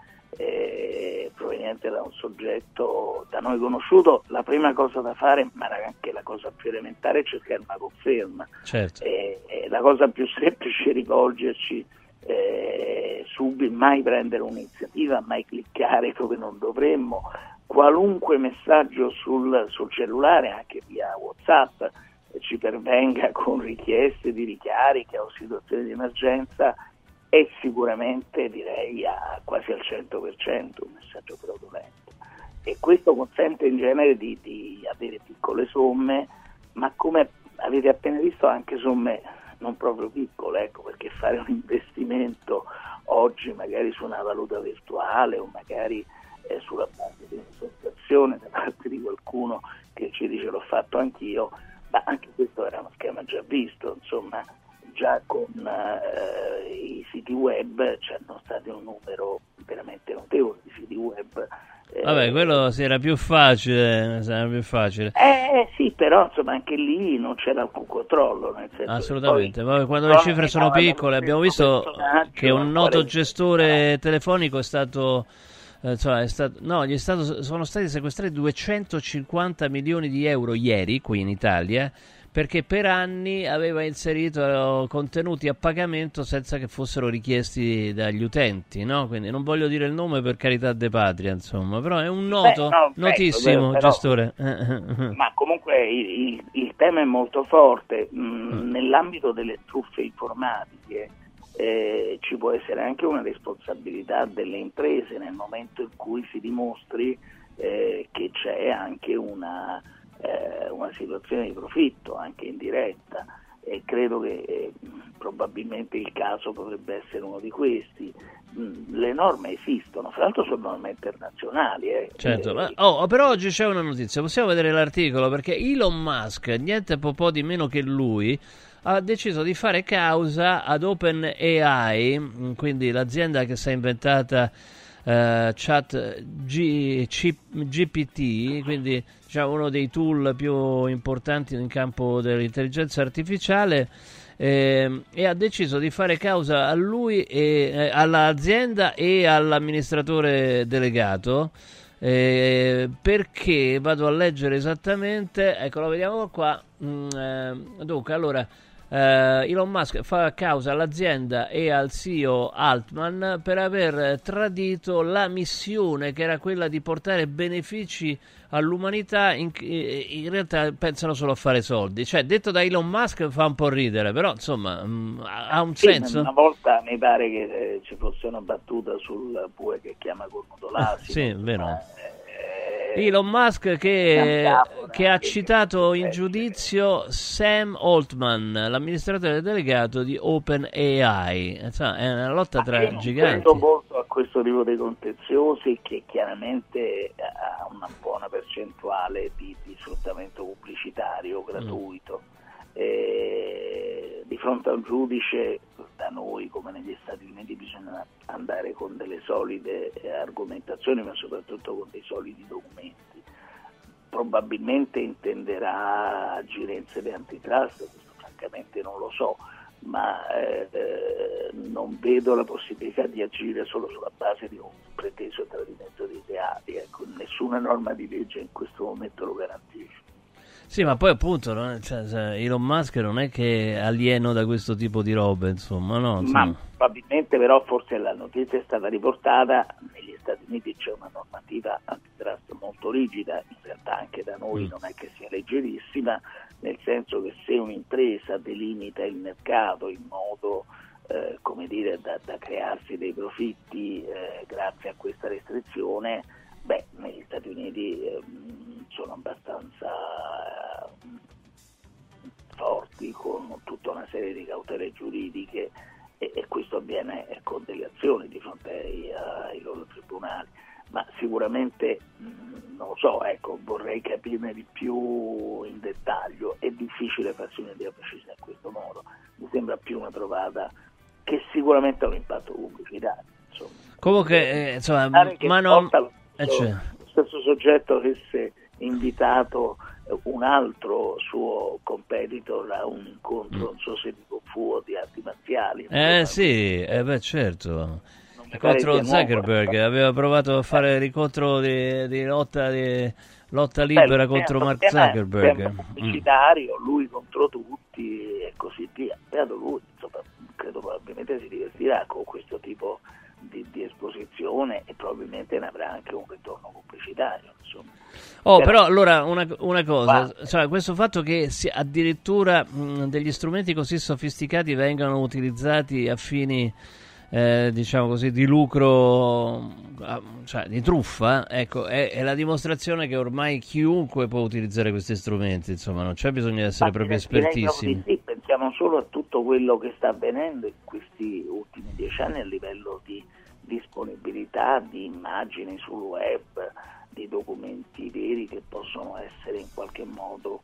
eh, proveniente da un soggetto da noi conosciuto, la prima cosa da fare, ma anche la cosa più elementare, è cercare una conferma. Certo. Eh, eh, la cosa più semplice è rivolgerci eh, subito, mai prendere un'iniziativa, mai cliccare dove non dovremmo. Qualunque messaggio sul, sul cellulare, anche via WhatsApp, ci pervenga con richieste di ricarica o situazioni di emergenza, è sicuramente, direi, a quasi al cento per cento un messaggio fraudolento, e questo consente in genere di, di avere piccole somme, ma come avete appena visto anche somme non proprio piccole, ecco, perché fare un investimento oggi magari su una valuta virtuale o magari eh, sulla base di un'associazione da parte di qualcuno che ci dice l'ho fatto anch'io, ma anche questo era uno schema già visto, insomma, già con eh, i siti web c'erano stati un numero veramente notevole di siti web. Eh, Vabbè, quello sì, era più facile, era più facile. Eh sì, però insomma anche lì non c'era alcun controllo, nel senso assolutamente, che poi, quando le cifre sono piccole, abbiamo visto che un noto gestore telefonico è stato... Insomma, è stato, no, gli è stato, sono stati sequestrati duecentocinquanta milioni di euro ieri qui in Italia, perché per anni aveva inserito contenuti a pagamento senza che fossero richiesti dagli utenti, no? Quindi non voglio dire il nome per carità de patria, insomma, però è un noto, Beh, no, notissimo però, gestore. Ma comunque il, il, il tema è molto forte. Mm, mm. Nell'ambito delle truffe informatiche Eh, ci può essere anche una responsabilità delle imprese nel momento in cui si dimostri eh, che c'è anche una, eh, una situazione di profitto anche indiretta, e credo che eh, probabilmente il caso potrebbe essere uno di questi. Mm, le norme esistono, fra l'altro sono norme internazionali. Eh. Certo, eh, ma, oh, però oggi c'è una notizia, possiamo vedere l'articolo, perché Elon Musk, niente po' po' di meno che lui, ha deciso di fare causa ad OpenAI, quindi l'azienda che si è inventata uh, Chat G, C, G P T, quindi diciamo uno dei tool più importanti in campo dell'intelligenza artificiale, eh, e ha deciso di fare causa a lui, e, eh, all'azienda e all'amministratore delegato, Eh, perché vado a leggere esattamente, ecco, lo vediamo qua. Mm, eh, dunque, allora, eh, Elon Musk fa causa all'azienda e al C E O Altman per aver tradito la missione che era quella di portare benefici all'umanità. In, in realtà pensano solo a fare soldi, cioè, detto da Elon Musk fa un po' ridere, però insomma mh, ha un sì, senso. Una volta mi pare che eh, ci fosse una battuta sul bue che chiama cornuto l'asino. Sì, vero. Eh, Elon Musk che, che ha citato in giudizio Sam Altman, l'amministratore delegato di OpenAI. Insomma, è una lotta tra io giganti. Credo molto a questo tipo di contenziosi, che chiaramente ha una buona percentuale di, di sfruttamento pubblicitario gratuito. Mm. E di fronte a un giudice, da noi come negli Stati Uniti, bisogna andare con delle solide argomentazioni, ma soprattutto con dei solidi documenti. Probabilmente intenderà agire in sede antitrust, questo francamente non lo so, ma eh, non vedo la possibilità di agire solo sulla base di un preteso tradimento di ideali. Ecco, nessuna norma di legge in questo momento lo garantisce. Sì, ma poi appunto, no? Cioè, Elon Musk non è che è alieno da questo tipo di robe, insomma, no? Insomma. Ma probabilmente però forse la notizia è stata riportata, negli Stati Uniti c'è una normativa antitrust molto rigida, in realtà anche da noi mm. non è che sia leggerissima, nel senso che se un'impresa delimita il mercato in modo, eh, come dire, da, da crearsi dei profitti eh, grazie a questa restrizione, beh, negli Stati Uniti eh, sono abbastanza eh, forti, con tutta una serie di cautele giuridiche, e, e questo avviene con delle azioni di fronte ai, ai loro tribunali. Ma sicuramente mh, non lo so, ecco, vorrei capirne di più in dettaglio. È difficile farsi un'idea precisa in questo modo, mi sembra più una trovata che sicuramente ha un impatto pubblicitario, insomma. Comunque, eh, insomma, ma non... Eh, cioè. Lo stesso soggetto avesse invitato un altro suo competitor a un incontro, mm. non so se di Kung Fu o di arti marziali. Eh sì, eh beh, certo. Contro Zuckerberg, nuovo, aveva provato a fare il incontro di, di lotta di lotta libera Beh, contro Mark Zuckerberg. Pubblicitario, mm. lui contro tutti e così via. Beato lui, insomma, credo probabilmente si divertirà con questo tipo Di, di esposizione, e probabilmente ne avrà anche un ritorno pubblicitario, insomma. Oh, però, però allora una, una cosa, cioè, questo fatto che si, addirittura mh, degli strumenti così sofisticati vengano utilizzati a fini eh, diciamo così di lucro, cioè di truffa, ecco, è, è la dimostrazione che ormai chiunque può utilizzare questi strumenti, insomma, non c'è bisogno di essere Ma proprio espertissimi. Sì, pensiamo solo a tutto quello che sta avvenendo in questi ultimi dieci anni a livello di disponibilità di immagini sul web, di documenti veri che possono essere in qualche modo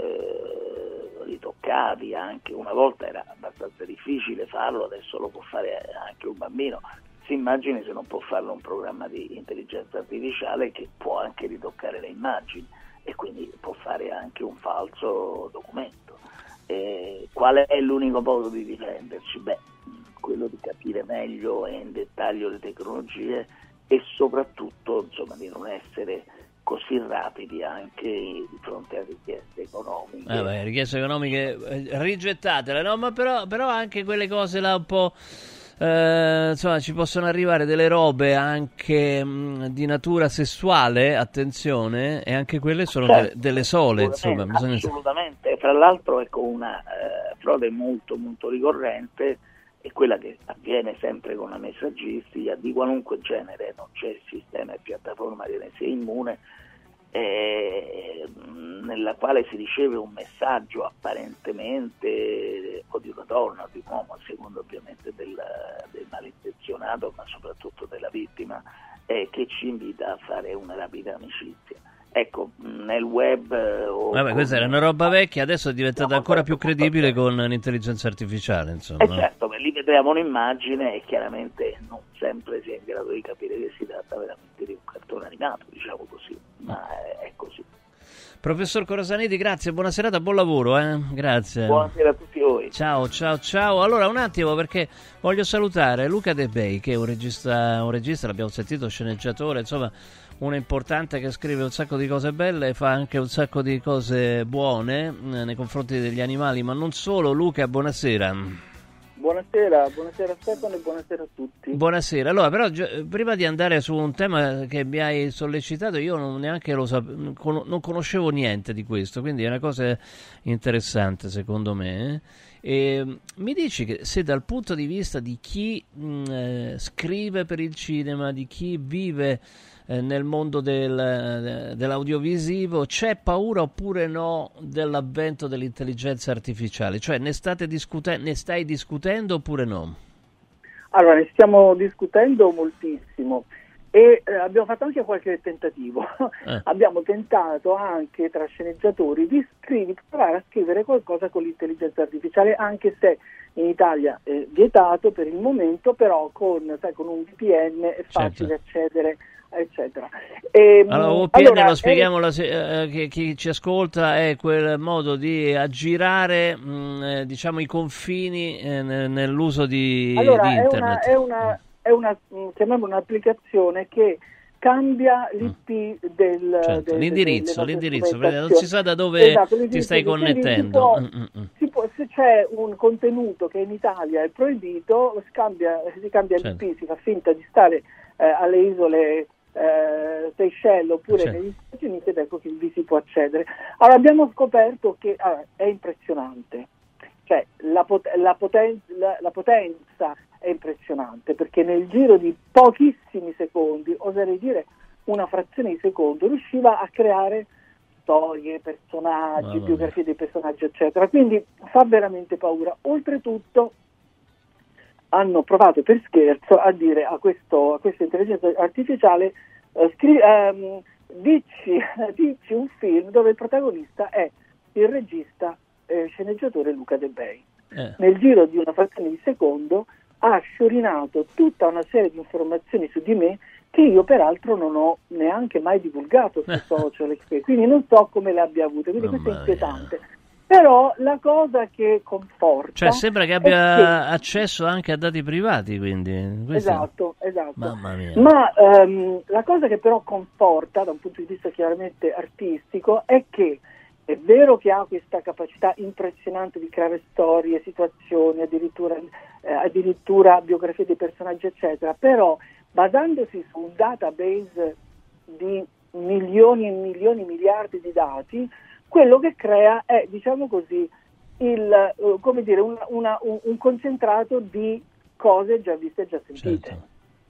eh, ritoccati. Anche una volta era abbastanza difficile farlo, adesso lo può fare anche un bambino. Si immagini se non può farlo un programma di intelligenza artificiale che può anche ritoccare le immagini e quindi può fare anche un falso documento. Eh, qual è l'unico modo di difenderci? Beh, quello di capire meglio e in dettaglio le tecnologie e soprattutto, insomma, di non essere così rapidi anche di fronte a richieste economiche. Eh beh, richieste economiche eh, rigettatele, no? Ma però, però anche quelle cose là un po'... Eh, insomma, ci possono arrivare delle robe anche mh, di natura sessuale, attenzione, e anche quelle sono certo, de- delle sole, insomma, bisogna... assolutamente. Fra l'altro, ecco, una eh, frode molto molto ricorrente è quella che avviene sempre con la messaggistica di qualunque genere, non c'è sistema e piattaforma che ne sia immune, eh, nella quale si riceve un messaggio apparentemente o di una donna o di un uomo, a seconda ovviamente del, del malintenzionato, ma soprattutto della vittima, eh, che ci invita a fare una rapida amicizia. Ecco, nel web... O Vabbè, con... questa era una roba vecchia, adesso è diventata ancora più credibile con l'intelligenza artificiale, insomma. Eh certo, lì vedremo un'immagine e chiaramente non sempre si è in grado di capire che si tratta veramente di un cartone animato, diciamo così, ma è, è così. Professor Corasaniti, grazie, buona serata, buon lavoro, eh? Grazie. Buonasera a tutti voi. Ciao, ciao, ciao. Allora, un attimo, perché voglio salutare Luca De Bey, che è un regista, un regista, l'abbiamo sentito, sceneggiatore, insomma, una importante che scrive un sacco di cose belle e fa anche un sacco di cose buone eh, nei confronti degli animali, ma non solo. Luca, buonasera. Buonasera, buonasera Stefano e buonasera a tutti. Buonasera. Allora, però gi- prima di andare su un tema che mi hai sollecitato, io non neanche lo sapevo, non conoscevo niente di questo, quindi è una cosa interessante secondo me. E mi dici che se dal punto di vista di chi mh, eh, scrive per il cinema, di chi vive eh, nel mondo del, dell'audiovisivo, c'è paura oppure no dell'avvento dell'intelligenza artificiale? Cioè ne state discutendo, ne stai discutendo oppure no? Allora, ne stiamo discutendo moltissimo e eh, abbiamo fatto anche qualche tentativo. Eh. Abbiamo tentato anche tra sceneggiatori di scrivere, provare a scrivere qualcosa con l'intelligenza artificiale, anche se in Italia è vietato per il momento, però con, sai, con un V P N è facile certo. accedere, eccetera. E, allora, V P N allora, lo spieghiamo, è... eh, che chi ci ascolta, è quel modo di aggirare mh, eh, diciamo i confini eh, nell'uso di, allora, di internet. È una, è una è una, chiamiamola un'applicazione che cambia l'I P del, certo, del l'indirizzo, l'indirizzo, perché non si sa da dove esatto, ti stai connettendo. Si può, si può, se c'è un contenuto che in Italia è proibito, scambia, si cambia certo. l'I P, si fa finta di stare eh, alle isole eh, Seychelles oppure certo. negli Stati Uniti ed ecco che vi si può accedere. Allora abbiamo scoperto che allora, è impressionante, cioè la, pot- la, poten- la, la potenza è impressionante, perché nel giro di pochissimi secondi, oserei dire una frazione di secondo, riusciva a creare storie, personaggi, biografie dei personaggi, eccetera. Quindi fa veramente paura. Oltretutto hanno provato per scherzo a dire a, questo, a questa intelligenza artificiale eh, scri- ehm, dici, dici un film dove il protagonista è il regista eh, sceneggiatore Luca De Bei. Eh. Nel giro di una frazione di secondo ha sciorinato tutta una serie di informazioni su di me che io peraltro non ho neanche mai divulgato sui social, quindi non so come le abbia avute, quindi questo è inquietante. Però la cosa che conforta, cioè sembra che abbia che... accesso anche a dati privati, quindi questo... esatto, esatto. Mamma mia. Ma um, la cosa che però conforta da un punto di vista chiaramente artistico è che è vero che ha questa capacità impressionante di creare storie, situazioni, addirittura, eh, addirittura biografie dei personaggi, eccetera, però basandosi su un database di milioni e milioni, miliardi di dati, quello che crea è, diciamo così, il, uh, come dire, una, una, un, un concentrato di cose già viste e già sentite. Certo.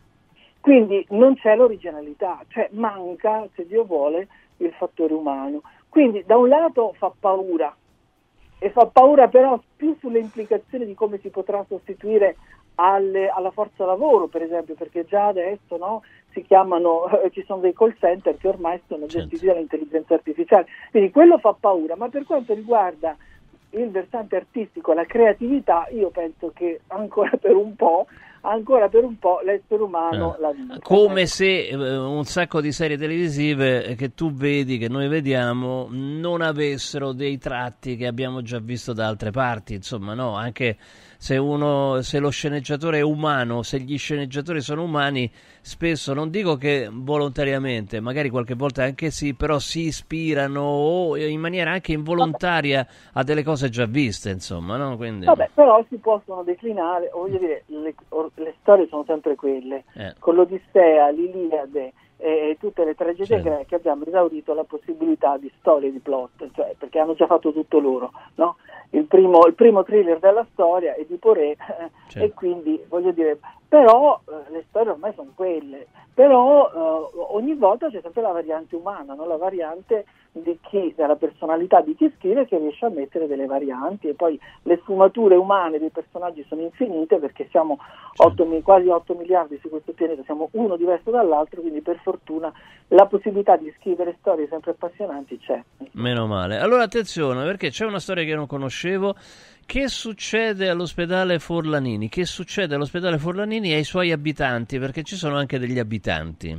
Quindi non c'è l'originalità, cioè manca, se Dio vuole, il fattore umano. Quindi da un lato fa paura, e fa paura però più sulle implicazioni di come si potrà sostituire alle, alla forza lavoro, per esempio, perché già adesso no, si chiamano, eh, ci sono dei call center che ormai sono gestiti certo. dall'intelligenza artificiale, quindi quello fa paura, ma per quanto riguarda il versante artistico, la creatività, io penso che ancora per un po' ancora per un po' l'essere umano eh. la vince. Come se eh, un sacco di serie televisive che tu vedi, che noi vediamo, non avessero dei tratti che abbiamo già visto da altre parti, insomma, no, anche se uno, se lo sceneggiatore è umano, se gli sceneggiatori sono umani, spesso, non dico che volontariamente, magari qualche volta anche sì, però si ispirano o in maniera anche involontaria a delle cose già viste, insomma, no? Quindi... Vabbè, però si possono declinare, voglio dire, le, le storie sono sempre quelle, eh. con l'Odissea, l'Iliade e tutte le tragedie certo. greche abbiamo esaurito la possibilità di storie, di plot, cioè perché hanno già fatto tutto loro, no? Il primo, il primo thriller della storia è di Poré certo. e quindi voglio dire, però eh, le storie ormai sono quelle, però eh, ogni volta c'è sempre la variante umana, no? La variante di chi, della personalità di chi scrive, che riesce a mettere delle varianti, e poi le sfumature umane dei personaggi sono infinite, perché siamo otto, quasi otto miliardi su questo pianeta, siamo uno diverso dall'altro, quindi per fortuna la possibilità di scrivere storie sempre appassionanti c'è. Meno male. Allora attenzione, perché c'è una storia che non conoscevo. Che succede all'ospedale Forlanini? Che succede all'ospedale Forlanini e ai suoi abitanti? Perché ci sono anche degli abitanti.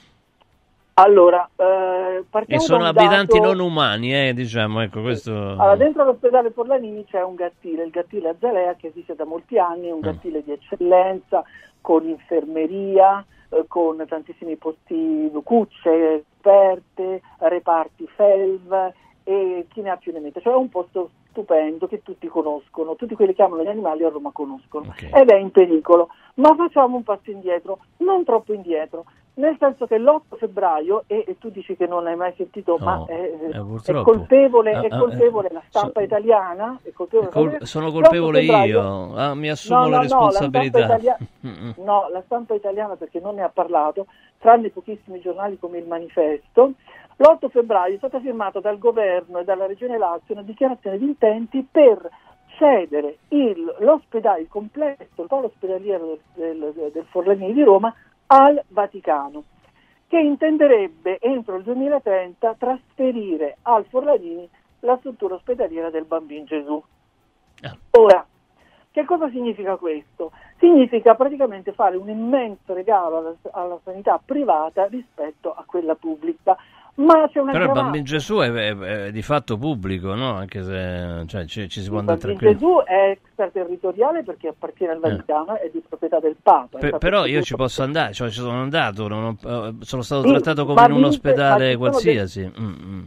Allora, eh, partiamo e sono da un abitanti dato... non umani, eh, diciamo, ecco questo. Allora, dentro l'ospedale Forlanini c'è un gattile, il gattile Azalea, che esiste da molti anni, un gattile mm. di eccellenza, con infermeria, eh, con tantissimi posti, cucce aperte, reparti felv e chi ne ha più ne mette, cioè è un posto stupendo che tutti conoscono, tutti quelli che amano gli animali a Roma conoscono, okay. Ed è in pericolo, ma facciamo un passo indietro, non troppo indietro, nel senso che l'otto febbraio, e, e tu dici che non hai mai sentito, no, ma è, eh, è colpevole, ah, è colpevole ah, la stampa so, italiana, è colpevole col, sono colpevole io, ah, mi assumo no, la no, responsabilità. No, la stampa, italia- no, la stampa italiana perché non ne ha parlato, tranne pochissimi giornali come il Manifesto. L'otto febbraio è stata firmata dal governo e dalla Regione Lazio una dichiarazione di intenti per cedere il, l'ospedale, il complesso, il polo ospedaliero del, del, del Forlanini di Roma al Vaticano, che intenderebbe entro il duemilatrenta trasferire al Forlanini la struttura ospedaliera del Bambino Gesù. Ora, che cosa significa questo? Significa praticamente fare un immenso regalo alla, alla sanità privata rispetto a quella pubblica. Ma c'è una Però il Bambino Gesù è, è, è di fatto pubblico, no? Anche se cioè, ci, ci si può andare tranquillo. Il Bambino Gesù è extraterritoriale perché appartiene al Vaticano, eh. È di proprietà del Papa. Per, però io ci posso andare, cioè ci sono andato, non ho, sono stato sì, trattato come in un ospedale qualsiasi. Dei... Mm-hmm.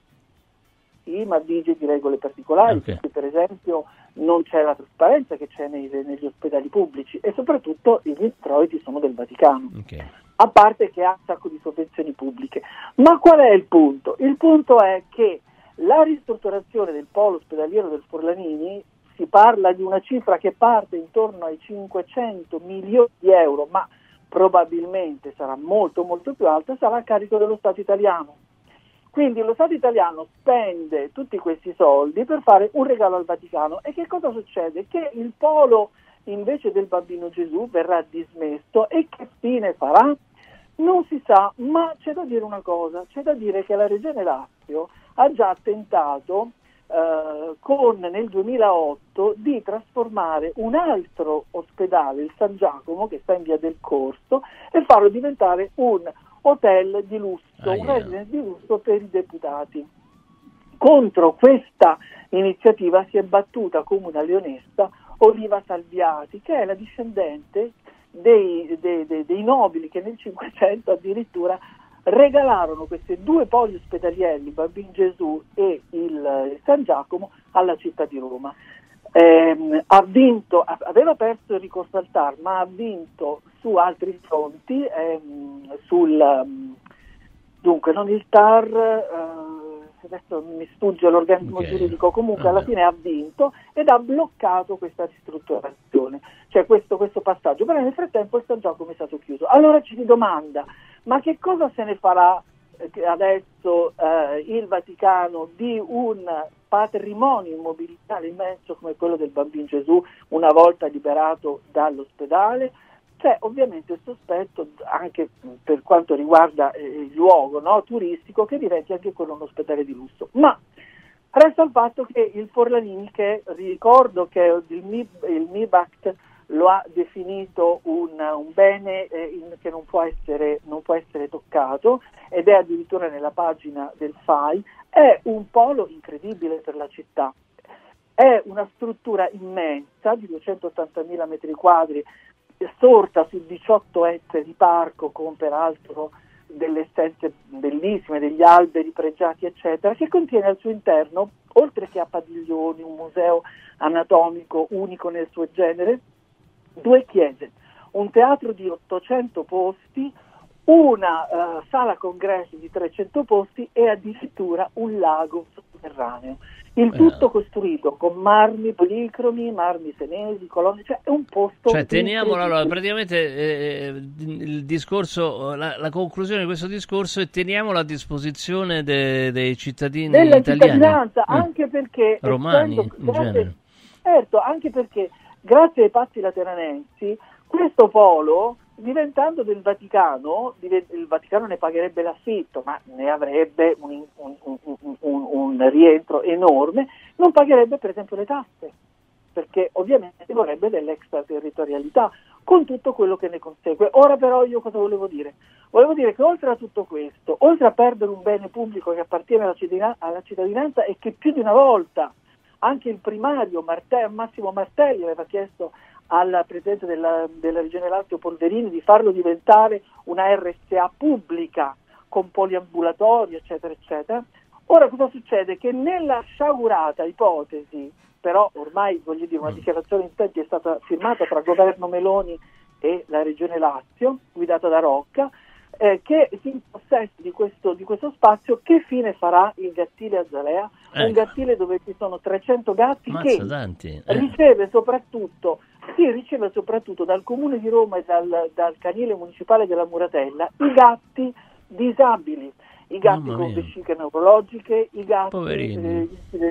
Sì, ma vige di regole particolari, okay. Perché per esempio non c'è la trasparenza che c'è nei, negli ospedali pubblici e soprattutto gli introiti sono del Vaticano. Okay. A parte che ha un sacco di sovvenzioni pubbliche. Ma qual è il punto? Il punto è che la ristrutturazione del polo ospedaliero del Forlanini, si parla di una cifra che parte intorno ai cinquecento milioni di euro, ma probabilmente sarà molto molto più alta, sarà a carico dello Stato italiano. Quindi lo Stato italiano spende tutti questi soldi per fare un regalo al Vaticano. E che cosa succede? Che il polo invece del Bambino Gesù verrà dismesso e che fine farà? Non si sa, ma c'è da dire una cosa, c'è da dire che la Regione Lazio ha già tentato eh, con nel duemilaotto di trasformare un altro ospedale, il San Giacomo, che sta in via del Corso, e farlo diventare un hotel di lusso, ah, un yeah. residence di lusso per i deputati. Contro questa iniziativa si è battuta come una leonessa Oliva Salviati, che è la discendente dei, dei, dei, dei nobili che nel Cinquecento addirittura regalarono questi due poli ospedalieri, il Bambino Gesù e il, il San Giacomo, alla città di Roma. Eh, ha vinto, aveva perso il ricorso al T A R, ma ha vinto su altri fronti, ehm, sul dunque non il T A R, eh, adesso mi sfugge l'organismo okay. giuridico, comunque alla fine ha vinto ed ha bloccato questa ristrutturazione, cioè questo, questo passaggio, però nel frattempo il San Giacomo è stato chiuso. Allora ci si domanda, ma che cosa se ne farà eh, adesso eh, il Vaticano di un patrimonio immobiliare immenso come quello del Bambino Gesù una volta liberato dall'ospedale? C'è ovviamente il sospetto, anche per quanto riguarda eh, il luogo no, turistico, che diventi anche quello un ospedale di lusso. Ma resta il fatto che il Forlanini, che ricordo che il, M I B, il MIBACT lo ha definito un, un bene eh, in, che non può, essere, non può essere toccato, ed è addirittura nella pagina del F A I, è un polo incredibile per la città. È una struttura immensa di duecentottantamila metri quadri, sorta su diciotto ettari di parco, con peraltro delle essenze bellissime, degli alberi pregiati eccetera, che contiene al suo interno, oltre che a padiglioni, un museo anatomico unico nel suo genere, due chiese, un teatro di ottocento posti, una uh, sala congressi di trecento posti e addirittura un lago sotterraneo. Il tutto costruito con marmi policromi, marmi senesi, colonne, cioè è un posto... Cioè teniamolo, allora, praticamente eh, il discorso, la, la conclusione di questo discorso è teniamolo a disposizione de, dei cittadini della italiani. Cittadinanza, mm. anche perché... Romani, essendo, in grazie, genere. Certo, anche perché grazie ai patti lateranensi questo polo, diventando del Vaticano, il Vaticano ne pagherebbe l'affitto, ma ne avrebbe un, un, un, un, un rientro enorme, non pagherebbe per esempio le tasse, perché ovviamente vorrebbe dell'extraterritorialità, con tutto quello che ne consegue. Ora però io cosa volevo dire? Volevo dire che oltre a tutto questo, oltre a perdere un bene pubblico che appartiene alla cittadinanza, alla cittadinanza e che più di una volta anche il primario Marte- Massimo Martelli aveva chiesto al presidente della, della Regione Lazio Polverini di farlo diventare una R S A pubblica con poliambulatorio, eccetera, eccetera. Ora cosa succede? Che nella sciagurata ipotesi, però ormai voglio dire una dichiarazione di intenti è stata firmata tra governo Meloni e la Regione Lazio, guidata da Rocca, eh, che si impossessi di questo, di questo spazio. Che fine farà il Gattile Azalea? Ecco. Un Gattile dove ci sono trecento gatti. Mazza, che tanti. Eh. riceve soprattutto si riceve soprattutto dal Comune di Roma e dal, dal canile municipale della Muratella i gatti disabili, i gatti con vesciche neurologiche, i gatti, eh,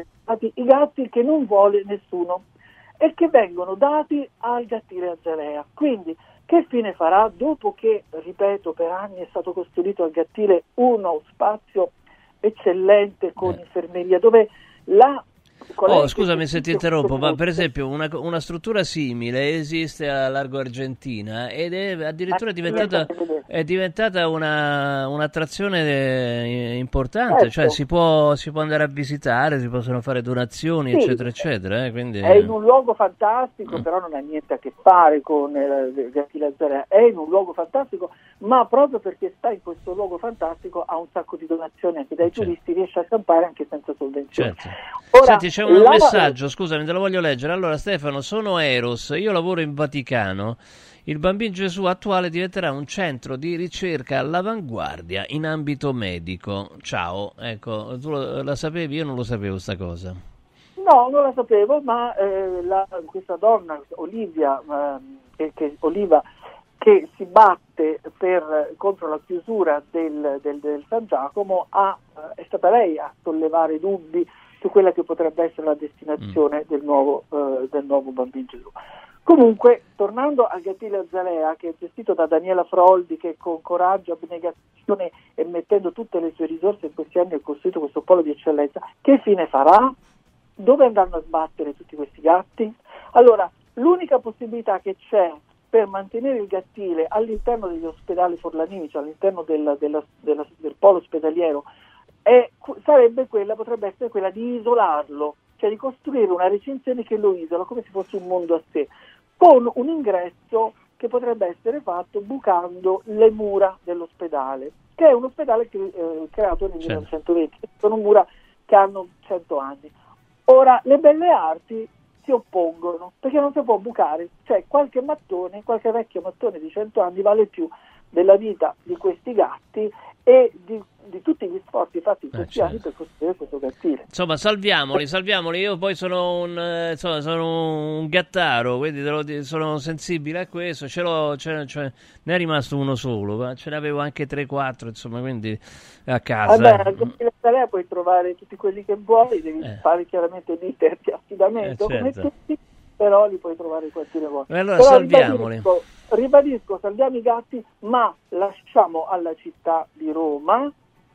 i gatti che non vuole nessuno e che vengono dati al Gattile Azalea. Quindi che fine farà dopo che, ripeto, per anni è stato costruito al Gattile uno spazio eccellente con eh. infermeria dove la Oh, scusami se ti interrompo, ma per esempio una, una struttura simile esiste a Largo Argentina ed è addirittura diventata, è diventata una, un'attrazione importante, certo. Cioè si può, si può andare a visitare, si possono fare donazioni, sì, eccetera, eccetera. Eh, quindi... È in un luogo fantastico, mm. però non ha niente a che fare con il Gattile Azalea, è in un luogo fantastico, ma proprio perché sta in questo luogo fantastico ha un sacco di donazioni anche dai certo. turisti, riesce a campare anche senza sovvenzioni. Certo. Ora, Senti, c'è un la... messaggio, scusami, te lo voglio leggere. Allora, Stefano, sono Eros, io lavoro in Vaticano. Il Bambino Gesù attuale diventerà un centro di ricerca all'avanguardia in ambito medico. Ciao, ecco, tu la sapevi? Io non lo sapevo sta cosa. No, non la sapevo, ma eh, la, questa donna, Olivia, eh, che, Oliva, che si batte per, contro la chiusura del, del, del San Giacomo, ha, è stata lei a sollevare dubbi su quella che potrebbe essere la destinazione mm. del, nuovo, uh, del nuovo Bambino Gesù. Comunque, tornando al Gattile Azalea, che è gestito da Daniela Froldi, che con coraggio, abnegazione e mettendo tutte le sue risorse in questi anni ha costruito questo polo di eccellenza, che fine farà? Dove andranno a sbattere tutti questi gatti? Allora, l'unica possibilità che c'è per mantenere il Gattile all'interno degli ospedali forlanini, cioè all'interno del, della, della, del polo ospedaliero, è, sarebbe quella, potrebbe essere quella di isolarlo, cioè di costruire una recinzione che lo isola come se fosse un mondo a sé, con un ingresso che potrebbe essere fatto bucando le mura dell'ospedale, che è un ospedale che, eh, creato nel certo. millenovecentoventi, sono mura che hanno cento anni. Ora, le belle arti si oppongono, perché non si può bucare, cioè qualche mattone, qualche vecchio mattone di cento anni vale più della vita di questi gatti e di, di tutti gli sforzi fatti in questi eh, anni certo. per costruire questo Gattile. Insomma, salviamoli, salviamoli. Io poi sono un, eh, insomma, sono un gattaro, quindi te lo, sono sensibile a questo. Ce l'ho, ce, cioè, ne è rimasto uno solo, ma ce ne avevo anche tre quattro, insomma, quindi a casa. Vabbè, al Gattile Azalea puoi trovare tutti quelli che vuoi, devi eh. fare chiaramente l'iter di affidamento, eh, certo. come tutti, però li puoi trovare quanti ne vuoi. Allora però salviamoli. Ribadisco, ribadisco, salviamo i gatti, ma lasciamo alla città di Roma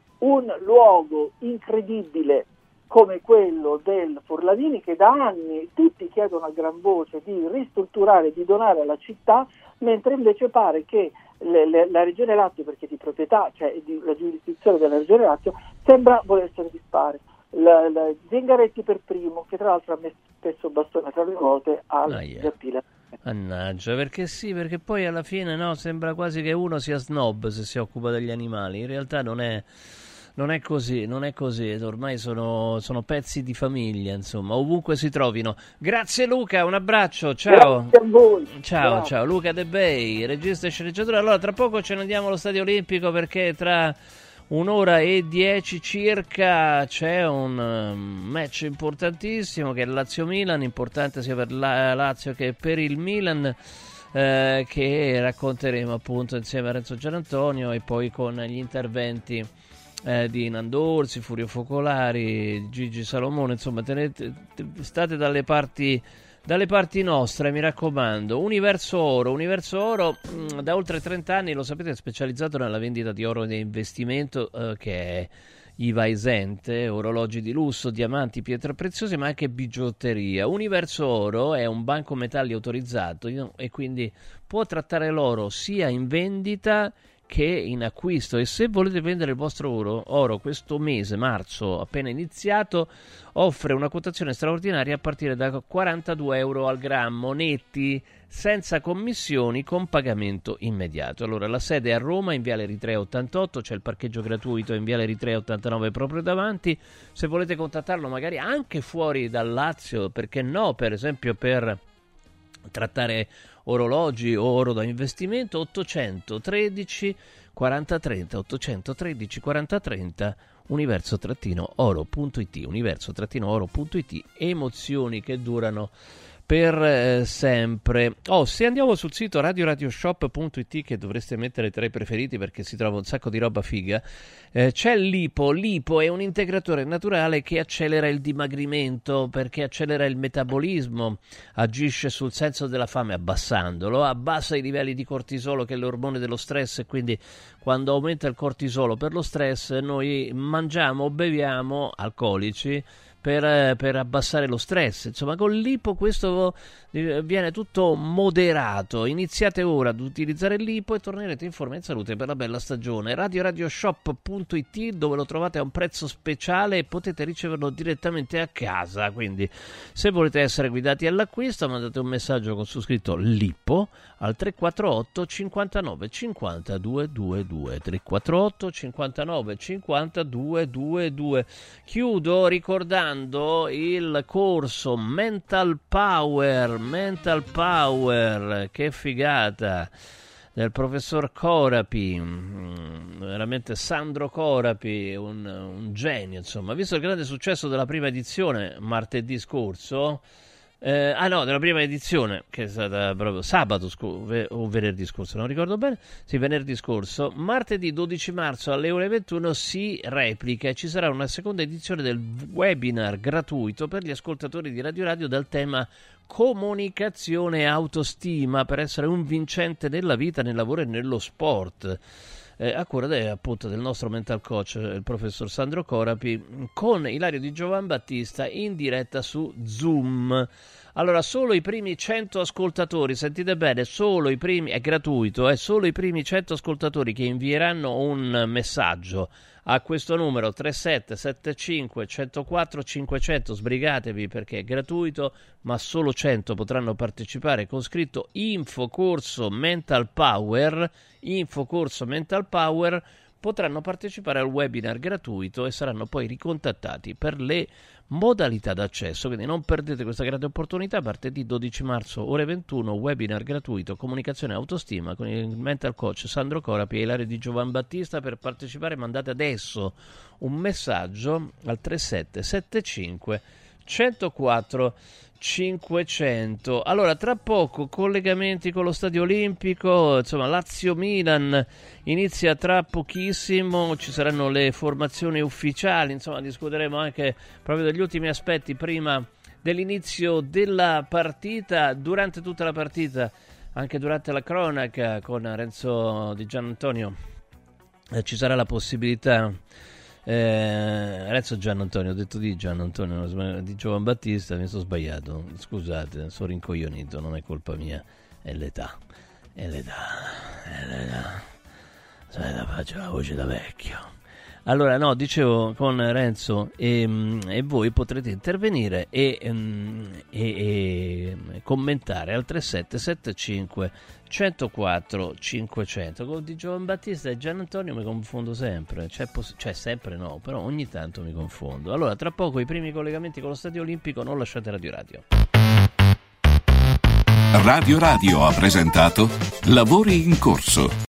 un luogo incredibile come quello del Forlanini, che da anni tutti chiedono a gran voce di ristrutturare, di donare alla città, mentre invece pare che le, le, la Regione Lazio, perché di proprietà, cioè di, la giurisdizione della Regione Lazio, sembra volersene disfare. La, la Zingaretti per primo, che tra l'altro ha messo spesso bastone tra le ruote al ah, yeah. Gattile. Mannaggia, perché sì, perché poi alla fine no, sembra quasi che uno sia snob se si occupa degli animali. In realtà non è, non è così, non è così. Ormai sono, sono pezzi di famiglia, insomma, ovunque si trovino. Grazie Luca, un abbraccio, ciao. Grazie a voi. Ciao, ciao, ciao. Luca De Bei, regista e sceneggiatore. Allora, tra poco ce ne andiamo allo Stadio Olimpico, perché tra un'ora e dieci circa c'è un um, match importantissimo che è il Lazio-Milan, importante sia per la Lazio che per il Milan, eh, che racconteremo appunto insieme a Renzo Gianantonio, e poi con gli interventi eh, di Nandorsi, Furio Focolari, Gigi Salomone. Insomma, tenete, state dalle parti dalle parti nostre, mi raccomando. Universo Oro, Universo Oro mh, da oltre trenta anni, lo sapete, è specializzato nella vendita di oro di investimento, eh, che è I V A esente, orologi di lusso, diamanti, pietre preziose, ma anche bigiotteria. Universo Oro è un banco metalli autorizzato e quindi può trattare l'oro sia in vendita che è in acquisto, e se volete vendere il vostro oro, oro questo mese, marzo appena iniziato, offre una quotazione straordinaria a partire da quarantadue euro al grammo netti, senza commissioni, con pagamento immediato. Allora, la sede è a Roma, in Viale Eritrea ottantotto, c'è il parcheggio gratuito in Viale Eritrea ottantanove proprio davanti. Se volete contattarlo magari anche fuori dal Lazio, perché no, per esempio per trattare orologi o oro da investimento, ottocentotredici quaranta trenta, ottocentotredici quaranta trenta, universo-oro.it, universo-oro.it, emozioni che durano per eh, sempre. Oh, se andiamo sul sito radio radio shop punto it, che dovreste mettere tra i preferiti perché si trova un sacco di roba figa, eh, c'è l'Ipo. L'Ipo è un integratore naturale che accelera il dimagrimento, perché accelera il metabolismo, agisce sul senso della fame abbassandolo, abbassa i livelli di cortisolo, che è l'ormone dello stress, e quindi quando aumenta il cortisolo per lo stress noi mangiamo o beviamo alcolici Per, per abbassare lo stress. Insomma, con l'Ipo questo viene tutto moderato. Iniziate ora ad utilizzare l'Ipo e tornerete in forma e in salute per la bella stagione. radio radio shop punto it, dove lo trovate a un prezzo speciale e potete riceverlo direttamente a casa. Quindi, se volete essere guidati all'acquisto, mandate un messaggio con su scritto l'Ipo al tre quattro otto cinquantanove cinquanta duecentoventidue, tre quattro otto cinquantanove cinquanta duecentoventidue. Chiudo ricordando il corso Mental Power, Mental Power, che figata, del professor Corapi, veramente Sandro Corapi, un, un genio, insomma. Visto il grande successo della prima edizione martedì scorso, Eh, ah no, della prima edizione, che è stata proprio sabato scu- ve- o venerdì scorso, non ricordo bene, sì, venerdì scorso, martedì dodici marzo alle ore ventuno si replica e ci sarà una seconda edizione del webinar gratuito per gli ascoltatori di Radio Radio dal tema comunicazione e autostima per essere un vincente nella vita, nel lavoro e nello sport. Eh, a cura de, appunto del nostro mental coach, il professor Sandro Corapi, con Ilario Di Giovan Battista in diretta su Zoom. Allora, solo i primi cento ascoltatori, sentite bene, solo i primi, è gratuito, è eh, solo i primi cento ascoltatori che invieranno un messaggio a questo numero tre sette sette cinque uno zero quattro cinquecento, sbrigatevi perché è gratuito, ma solo cento potranno partecipare con scritto info corso mental power, info corso mental power, potranno partecipare al webinar gratuito e saranno poi ricontattati per le modalità d'accesso. Quindi non perdete questa grande opportunità. Martedì dodici marzo ore ventuno, webinar gratuito comunicazione e autostima con il mental coach Sandro Corapi e Ilario Di Giovan Battista. Per partecipare mandate adesso un messaggio al tre sette sette cinque uno zero quattro cinquecento. Allora, tra poco collegamenti con lo Stadio Olimpico, insomma Lazio-Milan inizia tra pochissimo, ci saranno le formazioni ufficiali, insomma discuteremo anche proprio degli ultimi aspetti prima dell'inizio della partita, durante tutta la partita, anche durante la cronaca con Renzo Di Gianantonio eh, ci sarà la possibilità. Eh, Renzo Gian Antonio, ho detto di Gian Antonio, di Giovan Battista, mi sono sbagliato, scusate, sono rincoglionito, non è colpa mia, è l'età, è l'età, è l'età, aspetta, faccio la voce da vecchio. Allora, no, dicevo con Renzo e, e voi potrete intervenire e, e, e commentare al tre sette sette cinque uno zero quattro cinquecento. Con Di Giovan Battista e Gian Antonio mi confondo sempre, c'è, poss- cioè sempre no, però ogni tanto mi confondo. Allora, tra poco i primi collegamenti con lo Stadio Olimpico, non lasciate Radio Radio. Radio Radio ha presentato Lavori in corso.